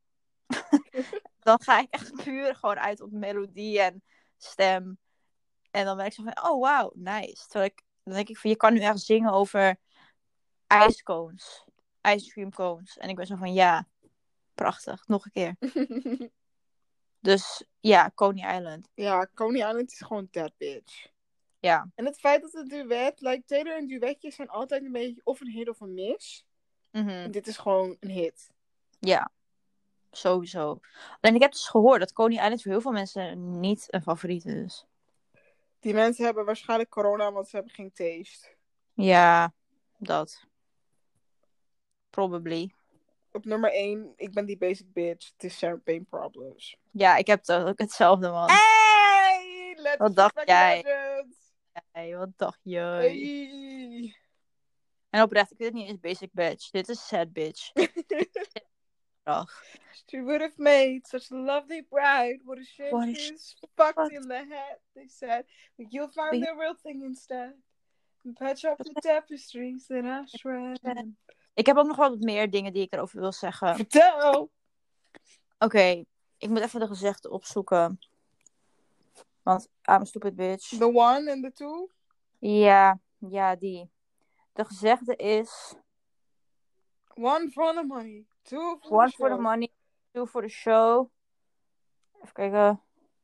[SPEAKER 1] Dan ga ik echt puur gewoon uit op melodie en stem. En dan ben ik zo van, oh wow, nice. Terwijl ik, dan denk ik van, je kan nu echt zingen over ijscones. Ice cream cones. En ik ben zo van, ja, prachtig. Nog een keer. Dus ja, Coney Island.
[SPEAKER 2] Ja, Coney Island is gewoon that bitch.
[SPEAKER 1] Ja.
[SPEAKER 2] En het feit dat het duet, like Taylor en duetjes zijn altijd een beetje of een hit of een miss.
[SPEAKER 1] Mhm.
[SPEAKER 2] En dit is gewoon een hit.
[SPEAKER 1] Ja. Sowieso. Alleen ik heb dus gehoord dat Coney Island voor heel veel mensen niet een favoriet is.
[SPEAKER 2] Die mensen hebben waarschijnlijk corona, want ze hebben geen taste.
[SPEAKER 1] Ja, dat. Probably.
[SPEAKER 2] Op nummer één, ik ben die basic bitch. Het is Champagne Problems.
[SPEAKER 1] Ja, ik heb het ook hetzelfde, man.
[SPEAKER 2] Hey! Let's
[SPEAKER 1] Wat dacht
[SPEAKER 2] respect
[SPEAKER 1] jij?
[SPEAKER 2] legends.
[SPEAKER 1] Hey, wat dacht je?
[SPEAKER 2] Hey!
[SPEAKER 1] En oprecht, ik vind het niet eens basic bitch. Dit is sad bitch. Dag.
[SPEAKER 2] She would have made such a lovely bride. What a shame
[SPEAKER 1] What a
[SPEAKER 2] she's fucked
[SPEAKER 1] fucked.
[SPEAKER 2] in the head, they said. But you'll find
[SPEAKER 1] We-
[SPEAKER 2] the real thing instead. And patch up the tapestries that I shred.
[SPEAKER 1] Ik heb ook nog wel wat meer dingen die ik erover wil zeggen. Oké,
[SPEAKER 2] Vertel!
[SPEAKER 1] ik moet even de gezegde opzoeken. Want I'm a stupid bitch.
[SPEAKER 2] The one and the two?
[SPEAKER 1] Ja, ja, die. De gezegde is...
[SPEAKER 2] One for the money. Two for
[SPEAKER 1] One
[SPEAKER 2] the
[SPEAKER 1] for the
[SPEAKER 2] show.
[SPEAKER 1] money, two for the show. Even kijken.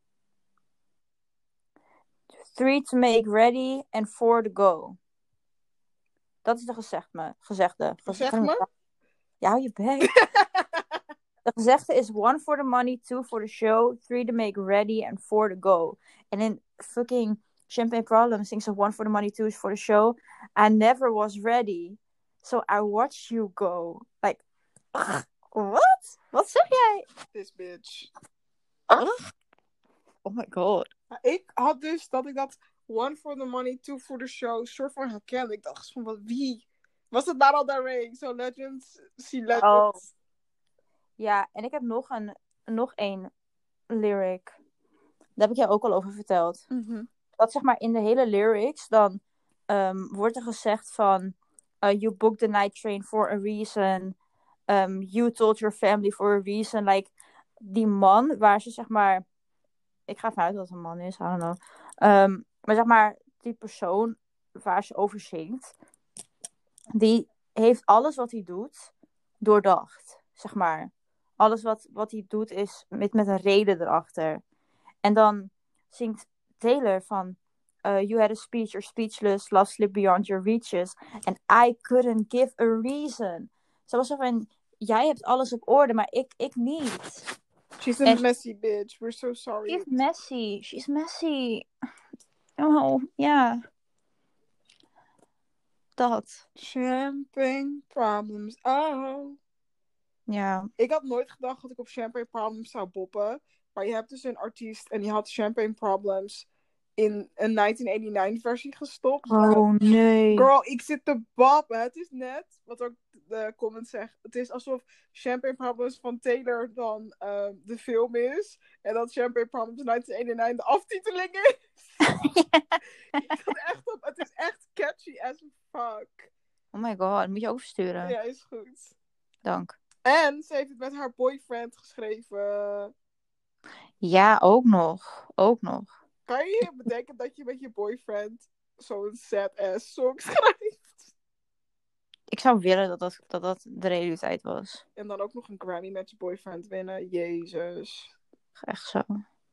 [SPEAKER 1] Three to make ready and four to go. Dat is de gezegde. gezegde.
[SPEAKER 2] Zeg maar.
[SPEAKER 1] Ja, hou je bek. De gezegde is one for the money, two for the show, three to make ready and four to go. En in fucking Champagne Problems thinks of one for the money, two is for the show. I never was ready, so I watched you go. Like, ugh, wat? Wat zeg jij?
[SPEAKER 2] This bitch.
[SPEAKER 1] Ugh. Oh my god.
[SPEAKER 2] Ik had dus dat ik dat one for the money, two for the show soort van herkende. Ik dacht van, wat, wie? Was het Lana Del Rey? Zo Legends, see Legends.
[SPEAKER 1] Ja, en ik heb nog een, nog één lyric. Daar heb ik jou ook al over verteld.
[SPEAKER 2] Mhm.
[SPEAKER 1] Dat zeg maar in de hele lyrics, dan um, wordt er gezegd van... Uh, you booked the night train for a reason. Um, you told your family for a reason. Like, die man waar ze zeg maar... Ik ga vanuit dat het een man is, I don't know. Um, maar zeg maar, die persoon waar ze over zingt... Die heeft alles wat hij doet doordacht, zeg maar. Alles wat, wat hij doet is met, met een reden erachter. En dan zingt Taylor van... Uh, you had a speech, you're speechless, love slipped beyond your reaches. And I couldn't give a reason. Zo was zo van, jij hebt alles op orde, maar ik, ik niet.
[SPEAKER 2] She's a
[SPEAKER 1] En-
[SPEAKER 2] messy bitch. We're so sorry.
[SPEAKER 1] She's messy, she's messy. Oh, ja. Dat.
[SPEAKER 2] Champagne Problems. Oh.
[SPEAKER 1] Ja.
[SPEAKER 2] Ik had nooit gedacht dat ik op Champagne Problems zou boppen. Maar je hebt dus een artiest en die had Champagne Problems in een negentien negenennegentig versie gestopt.
[SPEAKER 1] Oh, nee.
[SPEAKER 2] Girl, ik zit te bappen. Het is net, wat ook de comment zegt, het is alsof Champagne Problems van Taylor dan uh, de film is. En dat Champagne Problems negentien eenennegentig de aftiteling is. Ik zat echt op, het is echt catchy as fuck.
[SPEAKER 1] Oh my god, moet je ook versturen.
[SPEAKER 2] Ja, is goed.
[SPEAKER 1] Dank.
[SPEAKER 2] En ze heeft het met haar boyfriend geschreven.
[SPEAKER 1] Ja, ook nog. Ook nog.
[SPEAKER 2] Kan je je bedenken dat je met je boyfriend zo'n sad-ass song schrijft?
[SPEAKER 1] Ik zou willen dat dat, dat dat de realiteit was.
[SPEAKER 2] En dan ook nog een Grammy met je boyfriend winnen. Jezus.
[SPEAKER 1] Echt zo.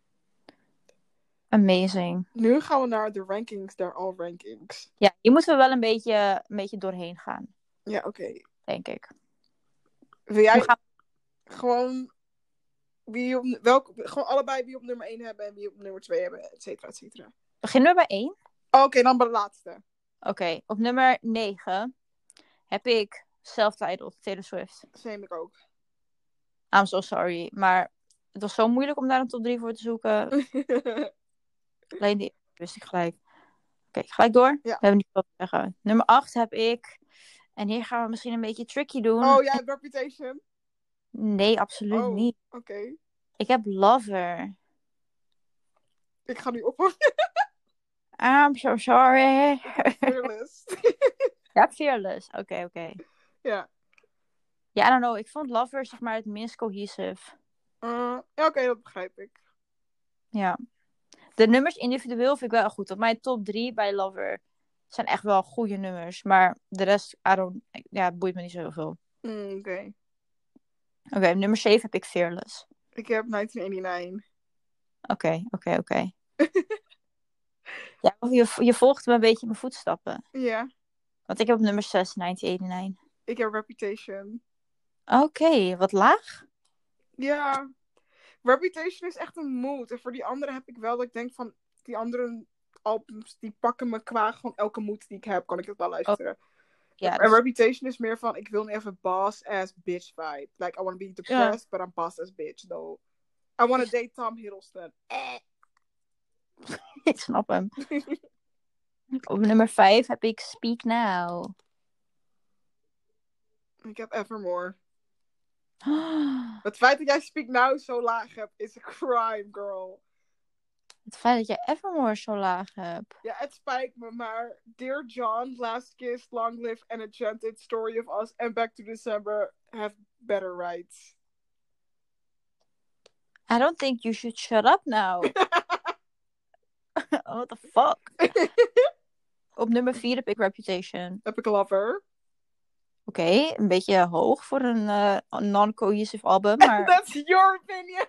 [SPEAKER 1] Amazing.
[SPEAKER 2] Nu gaan we naar de rankings der all rankings.
[SPEAKER 1] Ja, hier moeten we wel een beetje, een beetje doorheen gaan.
[SPEAKER 2] Ja, oké. Okay.
[SPEAKER 1] Denk ik.
[SPEAKER 2] Wil jij
[SPEAKER 1] gaan...
[SPEAKER 2] gewoon... Wie op, welk, gewoon allebei wie op nummer één hebben en wie op nummer twee hebben, et cetera, et cetera.
[SPEAKER 1] Beginnen we bij één?
[SPEAKER 2] Oh, oké, okay, dan bij de laatste.
[SPEAKER 1] Oké, okay, op nummer negen heb ik Self-Titled, Taylor Swift.
[SPEAKER 2] Same ik ook.
[SPEAKER 1] I'm so sorry, maar het was zo moeilijk om daar een top drie voor te zoeken. Alleen die wist ik gelijk. Oké, okay, gelijk door.
[SPEAKER 2] Ja.
[SPEAKER 1] We hebben niet veel te zeggen. Nummer acht heb ik, en hier gaan we misschien een beetje tricky doen.
[SPEAKER 2] Oh, jij hebt Reputation?
[SPEAKER 1] Nee, absoluut
[SPEAKER 2] oh,
[SPEAKER 1] niet.
[SPEAKER 2] Oké. Okay.
[SPEAKER 1] Ik heb Lover.
[SPEAKER 2] Ik ga nu ophangen.
[SPEAKER 1] I'm so sorry.
[SPEAKER 2] Fearless.
[SPEAKER 1] Ja, Fearless. Oké, okay, oké. Okay.
[SPEAKER 2] Ja.
[SPEAKER 1] Ja, I don't know. Ik vond Lover zeg maar het minst cohesive.
[SPEAKER 2] Uh, ja, oké, okay, dat begrijp ik.
[SPEAKER 1] Ja. De nummers individueel vind ik wel goed. Op mijn top drie bij Lover zijn echt wel goede nummers. Maar de rest, I don't, ja, het boeit me niet zoveel.
[SPEAKER 2] Mm, oké. Okay.
[SPEAKER 1] Oké, okay, nummer zeven heb ik Fearless.
[SPEAKER 2] Ik heb negentien eenennegentig.
[SPEAKER 1] Oké, oké, oké. Ja, je, je volgt me een beetje in mijn voetstappen.
[SPEAKER 2] Ja. Yeah.
[SPEAKER 1] Want ik heb op nummer zes negentien eenennegentig.
[SPEAKER 2] Ik heb Reputation.
[SPEAKER 1] Oké, okay, wat laag?
[SPEAKER 2] Ja. Reputation is echt een mood. En voor die anderen heb ik wel dat ik denk van... Die andere albums, die pakken me qua gewoon elke mood die ik heb. Kan ik het wel luisteren. Oh. Ja, en dus... Reputation is meer van... Ik wil niet even boss-ass bitch vibe. Like, I want to be depressed, ja. But I'm boss-ass bitch, though. I want to date Tom Hiddleston. Eh.
[SPEAKER 1] Ik snap hem. Op nummer vijf heb ik Speak Now.
[SPEAKER 2] Ik heb Evermore. Het feit dat jij Speak Now zo laag hebt, is een crime, girl.
[SPEAKER 1] Het feit dat jij Evermore zo laag hebt.
[SPEAKER 2] Ja, het spijt me, maar Dear John, Last Kiss, Long Live, and Enchanted, Story of Us, and Back to December have better rights.
[SPEAKER 1] I don't think you should shut up now. What the fuck? Op nummer vier heb ik Reputation.
[SPEAKER 2] Heb ik Lover.
[SPEAKER 1] Oké, okay, een beetje hoog voor een uh, non-cohesive album, maar...
[SPEAKER 2] That's your opinion!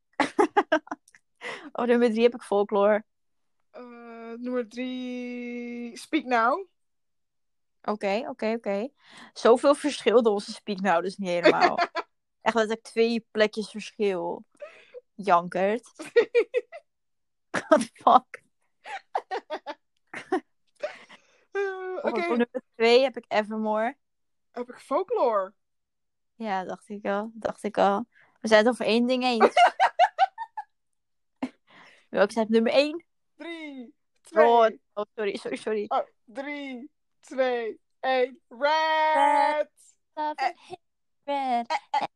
[SPEAKER 1] Op nummer drie heb ik Folklore.
[SPEAKER 2] Uh, nummer drie... Speak Now.
[SPEAKER 1] Oké, okay, oké, okay, oké. Okay. Zoveel verschil onze Speak Now dus niet helemaal. Echt letterlijk twee plekjes verschil. Jankert. What the fuck? uh, Oké. Okay. Op nummer twee heb ik Evermore.
[SPEAKER 2] Heb ik Folklore?
[SPEAKER 1] Ja, dacht ik al. Dacht ik al. We zijn het over één ding eens. Welke zijn nummer één?
[SPEAKER 2] Drie, twee...
[SPEAKER 1] Oh, oh, sorry, sorry, sorry.
[SPEAKER 2] Oh, drie, twee, één. Red!
[SPEAKER 1] Red. Red.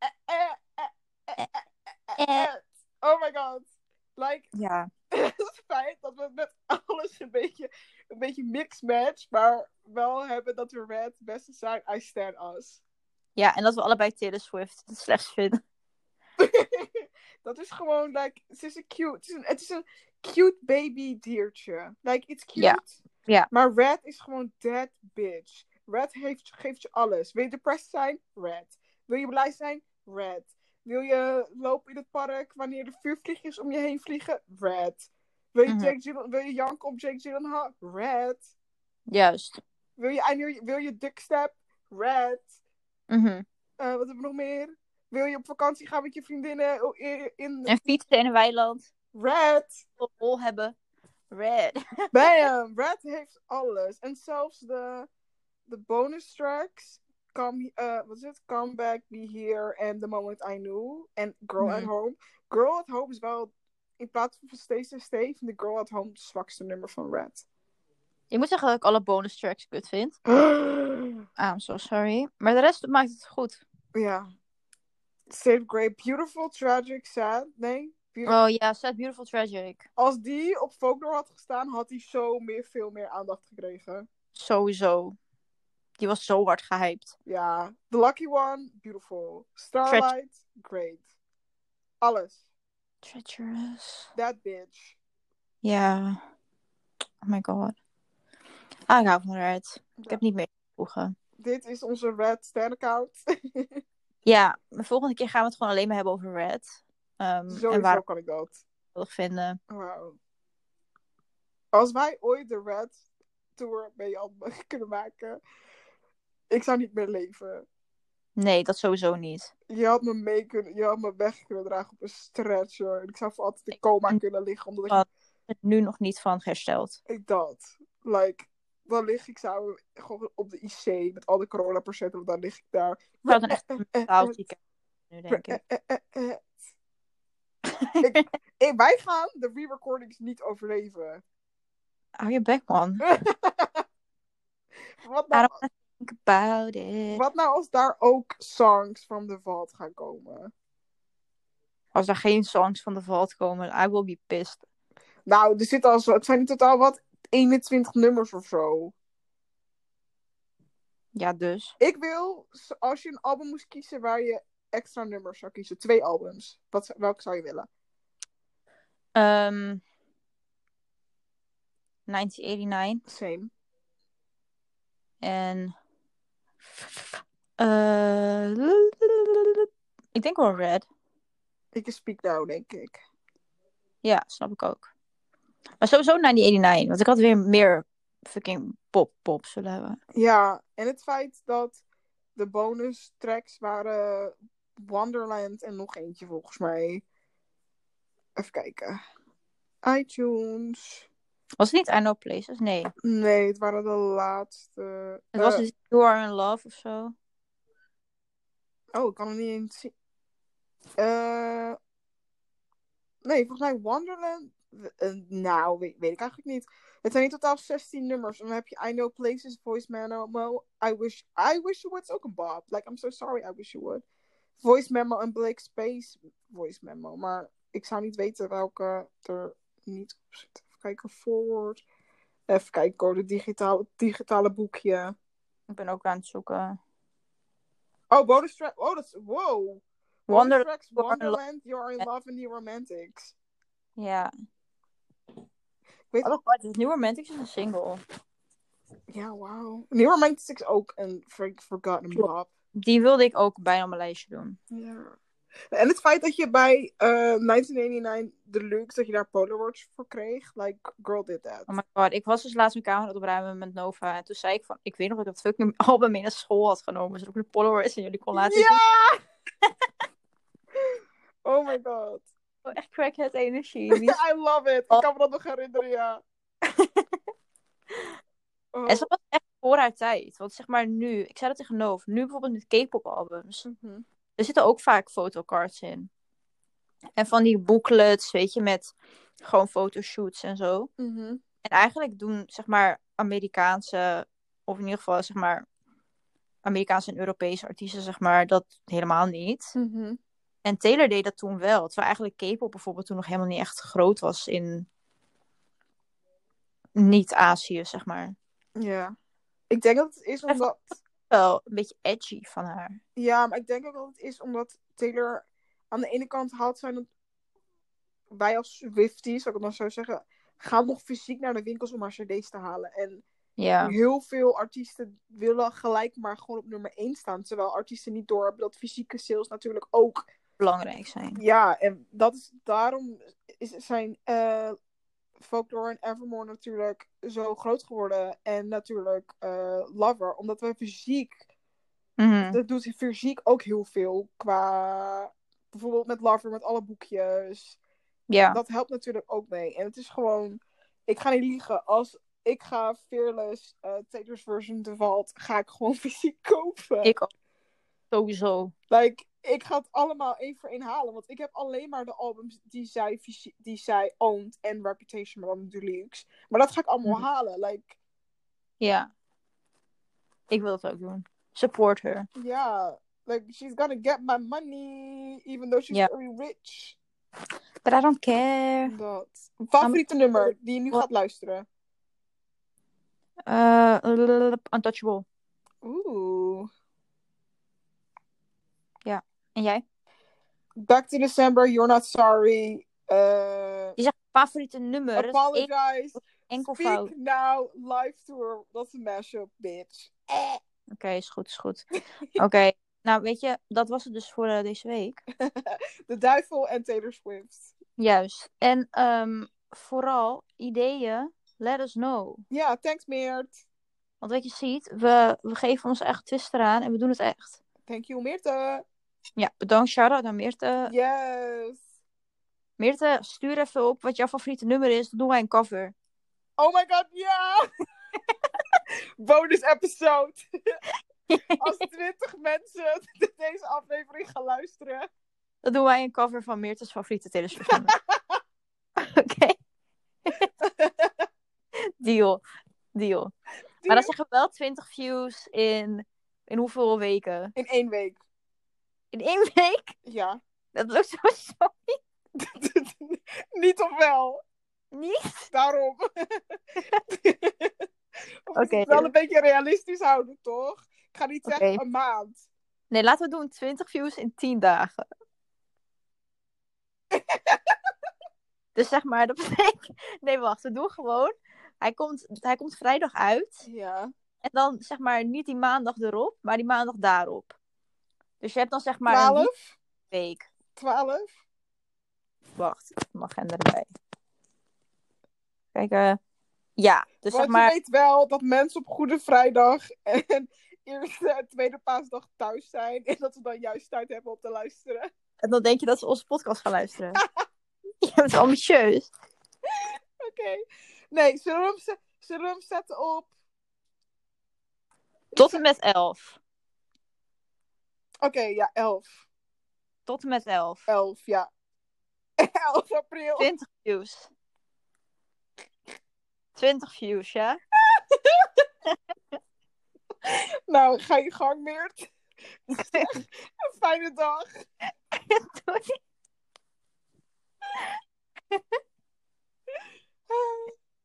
[SPEAKER 2] Oh my god. Like,
[SPEAKER 1] ja.
[SPEAKER 2] Het feit dat we met alles een beetje, een beetje mixed match, maar wel hebben dat we Red het beste zijn. I stand us.
[SPEAKER 1] Ja, en dat we allebei Taylor Swift het slechtst vinden.
[SPEAKER 2] Dat is gewoon, like, het is een cute, het is een, het is een cute baby diertje. Like, it's cute.
[SPEAKER 1] Ja. Ja.
[SPEAKER 2] Maar Red is gewoon that bitch. Red heeft, geeft je alles. Wil je depressed zijn? Red. Wil je blij zijn? Red. Wil je lopen in het park wanneer er vuurvliegjes om je heen vliegen? Red. Wil je, mm-hmm. Jake Gyllen, wil je janken op Jake Gyllenhaal? Red.
[SPEAKER 1] Juist.
[SPEAKER 2] Wil je, wil je duckstep? Red.
[SPEAKER 1] Mm-hmm.
[SPEAKER 2] Uh, wat hebben we nog meer? Wil je op vakantie gaan met je vriendinnen? In, in...
[SPEAKER 1] En fietsen in een weiland.
[SPEAKER 2] Red.
[SPEAKER 1] Op hol hebben. Red.
[SPEAKER 2] Bam. Red heeft alles. En zelfs de, de bonus tracks. Come, uh, wat is het? Come Back, Be Here en The Moment I Knew. En Girl hmm. at Home. Girl at Home is wel, in plaats van Stacey en Steve, de Girl at Home het zwakste nummer van Red.
[SPEAKER 1] Ik moet zeggen dat ik alle bonus tracks kut vind. I'm so sorry. Maar de rest maakt het goed.
[SPEAKER 2] Ja. Save Grey, Beautiful, Tragic, Sad. Nee? Beautiful.
[SPEAKER 1] Oh ja, yeah, Sad, Beautiful, Tragic.
[SPEAKER 2] Als die op Folklore had gestaan, had hij zo meer, veel meer aandacht gekregen.
[SPEAKER 1] Sowieso. Die was zo hard gehyped.
[SPEAKER 2] Ja. The Lucky One, Beautiful. Starlight, Tre- Great. Alles.
[SPEAKER 1] Treacherous.
[SPEAKER 2] That bitch.
[SPEAKER 1] Ja. Oh my god. Ah, ik hou van Red. Ik
[SPEAKER 2] Ja.
[SPEAKER 1] heb niet meer te voegen.
[SPEAKER 2] Dit is onze Red Stan account.
[SPEAKER 1] Ja, de volgende keer gaan we het gewoon alleen maar hebben over Red. Um, en
[SPEAKER 2] Sowieso
[SPEAKER 1] waar
[SPEAKER 2] kan ik dat.
[SPEAKER 1] we het geweldig vinden.
[SPEAKER 2] Wauw. Als wij ooit de Red Tour mee hadden kunnen maken, ik zou niet meer leven.
[SPEAKER 1] Nee, dat sowieso niet.
[SPEAKER 2] Je had me mee kunnen, je had me weg kunnen dragen op een stretcher. En ik zou voor altijd in coma
[SPEAKER 1] En-
[SPEAKER 2] kunnen liggen, omdat ik,
[SPEAKER 1] Ik ben er nu nog niet van hersteld.
[SPEAKER 2] ik dat. Like, dan lig ik samen gewoon op de I C met al de coronapatiënten, want dan lig ik daar.
[SPEAKER 1] Ik zou dan echt een mentaal ziekenhuis nu, denk ik.
[SPEAKER 2] ik, ik. Wij gaan de re-recordings niet overleven.
[SPEAKER 1] Hou je bek, man.
[SPEAKER 2] Wat
[SPEAKER 1] I
[SPEAKER 2] nou,
[SPEAKER 1] don't wanna think about it.
[SPEAKER 2] wat nou als daar ook songs from the vault gaan komen?
[SPEAKER 1] Als er geen songs van de vault komen, I will be pissed.
[SPEAKER 2] Nou, er zit al zo, het zijn in totaal wat eenentwintig nummers of zo.
[SPEAKER 1] Ja, dus.
[SPEAKER 2] Ik wil, als je een album moest kiezen waar je extra nummers zou kiezen, twee albums. Wat, welke zou je willen?
[SPEAKER 1] Um, negentien eenennegentig.
[SPEAKER 2] Same.
[SPEAKER 1] En... Uh, ik denk wel Red.
[SPEAKER 2] Ik is Speak Now, denk ik.
[SPEAKER 1] Ja, snap ik ook. Maar sowieso negentien eenennegentig. Want ik had weer meer fucking pop-pop zullen hebben.
[SPEAKER 2] Ja, en het feit dat de bonus tracks waren Wonderland en nog eentje volgens mij. Even kijken. iTunes.
[SPEAKER 1] Was het niet I Know Places? Nee.
[SPEAKER 2] Nee, het waren de laatste.
[SPEAKER 1] Het was
[SPEAKER 2] Uh,
[SPEAKER 1] dus You Are In Love of zo.
[SPEAKER 2] oh, ik kan het niet eens zien. Uh, nee, volgens mij Wonderland. Uh, nou, weet, weet ik eigenlijk niet. Het zijn in totaal zestien nummers. En dan heb je I Know Places, Voice Memo, I Wish, I Wish You Would is ook een bop. Like, I'm so sorry, I Wish You Would. Voice Memo en Blank Space Voice Memo. Maar ik zou niet weten welke er niet op zit. Even kijken, Forward. Even kijken hoor, de digitale, digitale boekje.
[SPEAKER 1] Ik ben ook aan het zoeken.
[SPEAKER 2] Oh, bonus track. Oh, dat is, wow. Bonus
[SPEAKER 1] Wonder-
[SPEAKER 2] tracks, Wonderland, You're in Love and New Romantics.
[SPEAKER 1] Ja.
[SPEAKER 2] Ik weet
[SPEAKER 1] Oh, wat is New Romantics is een single.
[SPEAKER 2] Ja, wauw. New Romantics is ook een for- forgotten
[SPEAKER 1] Klopt.
[SPEAKER 2] bop.
[SPEAKER 1] Die wilde ik ook bijna op mijn lijstje doen.
[SPEAKER 2] Ja. En het feit dat je bij uh, negentien eenennegentig Deluxe, dat je daar Polaroids voor kreeg. Like, girl did that.
[SPEAKER 1] Oh my god, ik was dus laatst mijn kamer aan het opruimen met Nova. En toen zei ik van, ik weet nog dat ik dat fucking album mee naar school had genomen. Zodat ik de Polaroids en jullie kon laten zien.
[SPEAKER 2] Ja! Oh my god.
[SPEAKER 1] Oh, echt crackhead energie. Wie is-
[SPEAKER 2] I love it.
[SPEAKER 1] Oh.
[SPEAKER 2] Ik kan me dat nog herinneren, ja. Oh.
[SPEAKER 1] En ze was echt voor haar tijd. Want zeg maar nu, ik zei dat tegen Nova, nu bijvoorbeeld met K-pop albums.
[SPEAKER 2] Mhm.
[SPEAKER 1] Er zitten ook vaak fotocards in. En van die booklets, weet je, met gewoon fotoshoots en zo.
[SPEAKER 2] Mhm.
[SPEAKER 1] En eigenlijk doen, zeg maar, Amerikaanse, of in ieder geval, zeg maar, Amerikaanse en Europese artiesten, zeg maar, dat helemaal niet.
[SPEAKER 2] Mhm.
[SPEAKER 1] En Taylor deed dat toen wel. Terwijl eigenlijk K-pop bijvoorbeeld toen nog helemaal niet echt groot was in niet-Azië, zeg maar.
[SPEAKER 2] Ja. Ik denk dat het is omdat...
[SPEAKER 1] Wel een beetje edgy van haar.
[SPEAKER 2] Ja, maar ik denk ook dat het is omdat Taylor aan de ene kant had zijn dat wij als Swifties, zou ik het dan zo zeggen, gaan nog fysiek naar de winkels om haar cd's te halen. En
[SPEAKER 1] Ja.
[SPEAKER 2] heel veel artiesten willen gelijk maar gewoon op nummer één staan. Terwijl artiesten niet doorhebben dat fysieke sales natuurlijk ook
[SPEAKER 1] Belangrijk zijn.
[SPEAKER 2] Ja, en dat is daarom is, zijn uh, Folklore en Evermore natuurlijk zo groot geworden. En natuurlijk uh, Lover, omdat we fysiek
[SPEAKER 1] Mm-hmm.
[SPEAKER 2] dat doet fysiek ook heel veel qua bijvoorbeeld met Lover, met alle boekjes.
[SPEAKER 1] Ja.
[SPEAKER 2] Dat helpt natuurlijk ook mee. En het is gewoon, ik ga niet liegen, als ik ga Fearless uh, Taylor's version The Vault, ga ik gewoon fysiek kopen.
[SPEAKER 1] Ik ook. Sowieso.
[SPEAKER 2] Like, ik ga het allemaal één voor één halen, want ik heb alleen maar de albums die zij, fysi- die zij owned en Reputation, maar dan de Deluxe. Maar dat ga ik allemaal
[SPEAKER 1] Mm.
[SPEAKER 2] halen. Like,
[SPEAKER 1] Ja. Ik wil dat ook doen. Support her.
[SPEAKER 2] ja, like, she's gonna get my money, even though she's
[SPEAKER 1] Ja.
[SPEAKER 2] very rich.
[SPEAKER 1] But I don't care.
[SPEAKER 2] Dat. Favoriete nummer die je nu
[SPEAKER 1] Wat?
[SPEAKER 2] gaat luisteren?
[SPEAKER 1] Uh, Untouchable.
[SPEAKER 2] Oeh.
[SPEAKER 1] En jij?
[SPEAKER 2] Back to December, You're Not Sorry. Uh,
[SPEAKER 1] Ja, Je zegt favoriete nummer. Dat is één
[SPEAKER 2] Apologize.
[SPEAKER 1] enkel
[SPEAKER 2] Speak
[SPEAKER 1] fout.
[SPEAKER 2] now. Live tour. Dat is een mashup, bitch. Eh.
[SPEAKER 1] Oké, okay, is goed, is goed. Oké, okay. Nou weet je, dat was het dus voor uh, deze week.
[SPEAKER 2] De duivel en Taylor Swift.
[SPEAKER 1] Juist. En um, vooral ideeën, let us know.
[SPEAKER 2] Ja, thanks Meert.
[SPEAKER 1] Want wat je ziet, we, we geven ons echt twist eraan en we doen het echt.
[SPEAKER 2] Thank you Meerte.
[SPEAKER 1] Ja, bedankt, shout-out naar Meerte.
[SPEAKER 2] Yes.
[SPEAKER 1] Meerte, stuur even op wat jouw favoriete nummer is. Dan doen wij een cover.
[SPEAKER 2] Oh my god, ja! Bonus episode. Als twintig mensen deze aflevering gaan luisteren.
[SPEAKER 1] Dan doen wij een cover van Meerte's favoriete Taylor Swift nummer. Oké. Okay. Deal. Deal. Maar dan zeggen we wel twintig views in, in hoeveel weken?
[SPEAKER 2] In één week.
[SPEAKER 1] In één week?
[SPEAKER 2] Ja.
[SPEAKER 1] Dat lukt sowieso niet.
[SPEAKER 2] Niet of wel?
[SPEAKER 1] Niet?
[SPEAKER 2] Daarom. Of
[SPEAKER 1] okay,
[SPEAKER 2] het wel een beetje realistisch houden, toch? Ik ga niet zeggen
[SPEAKER 1] okay.
[SPEAKER 2] een maand.
[SPEAKER 1] Nee, laten we doen twintig views in tien dagen. Dus zeg maar, dat betekent... Nee, wacht, we doen gewoon... Hij komt, hij komt vrijdag uit.
[SPEAKER 2] Ja.
[SPEAKER 1] En dan zeg maar niet die maandag erop, maar die maandag daarop. Dus je hebt dan zeg maar
[SPEAKER 2] twaalf?
[SPEAKER 1] Een week.
[SPEAKER 2] twaalf?
[SPEAKER 1] Wacht, ik heb mijn agenda erbij. Kijk, uh, ja. Dus
[SPEAKER 2] Want
[SPEAKER 1] zeg maar...
[SPEAKER 2] je weet wel dat mensen op Goede Vrijdag en eerste en tweede paasdag thuis zijn. En dat we dan juist tijd hebben om te luisteren.
[SPEAKER 1] En dan denk je dat ze onze podcast gaan luisteren. Je bent ambitieus.
[SPEAKER 2] Oké. Okay. Nee, zullen we, hem, zullen we hem zetten op...
[SPEAKER 1] Tot en met elf.
[SPEAKER 2] Oké, okay, ja, elf.
[SPEAKER 1] Tot en met elf.
[SPEAKER 2] elf, ja. elf april.
[SPEAKER 1] twintig views. twintig views, ja?
[SPEAKER 2] Nou, ga je gang, Meert. Een fijne dag.
[SPEAKER 1] Doei.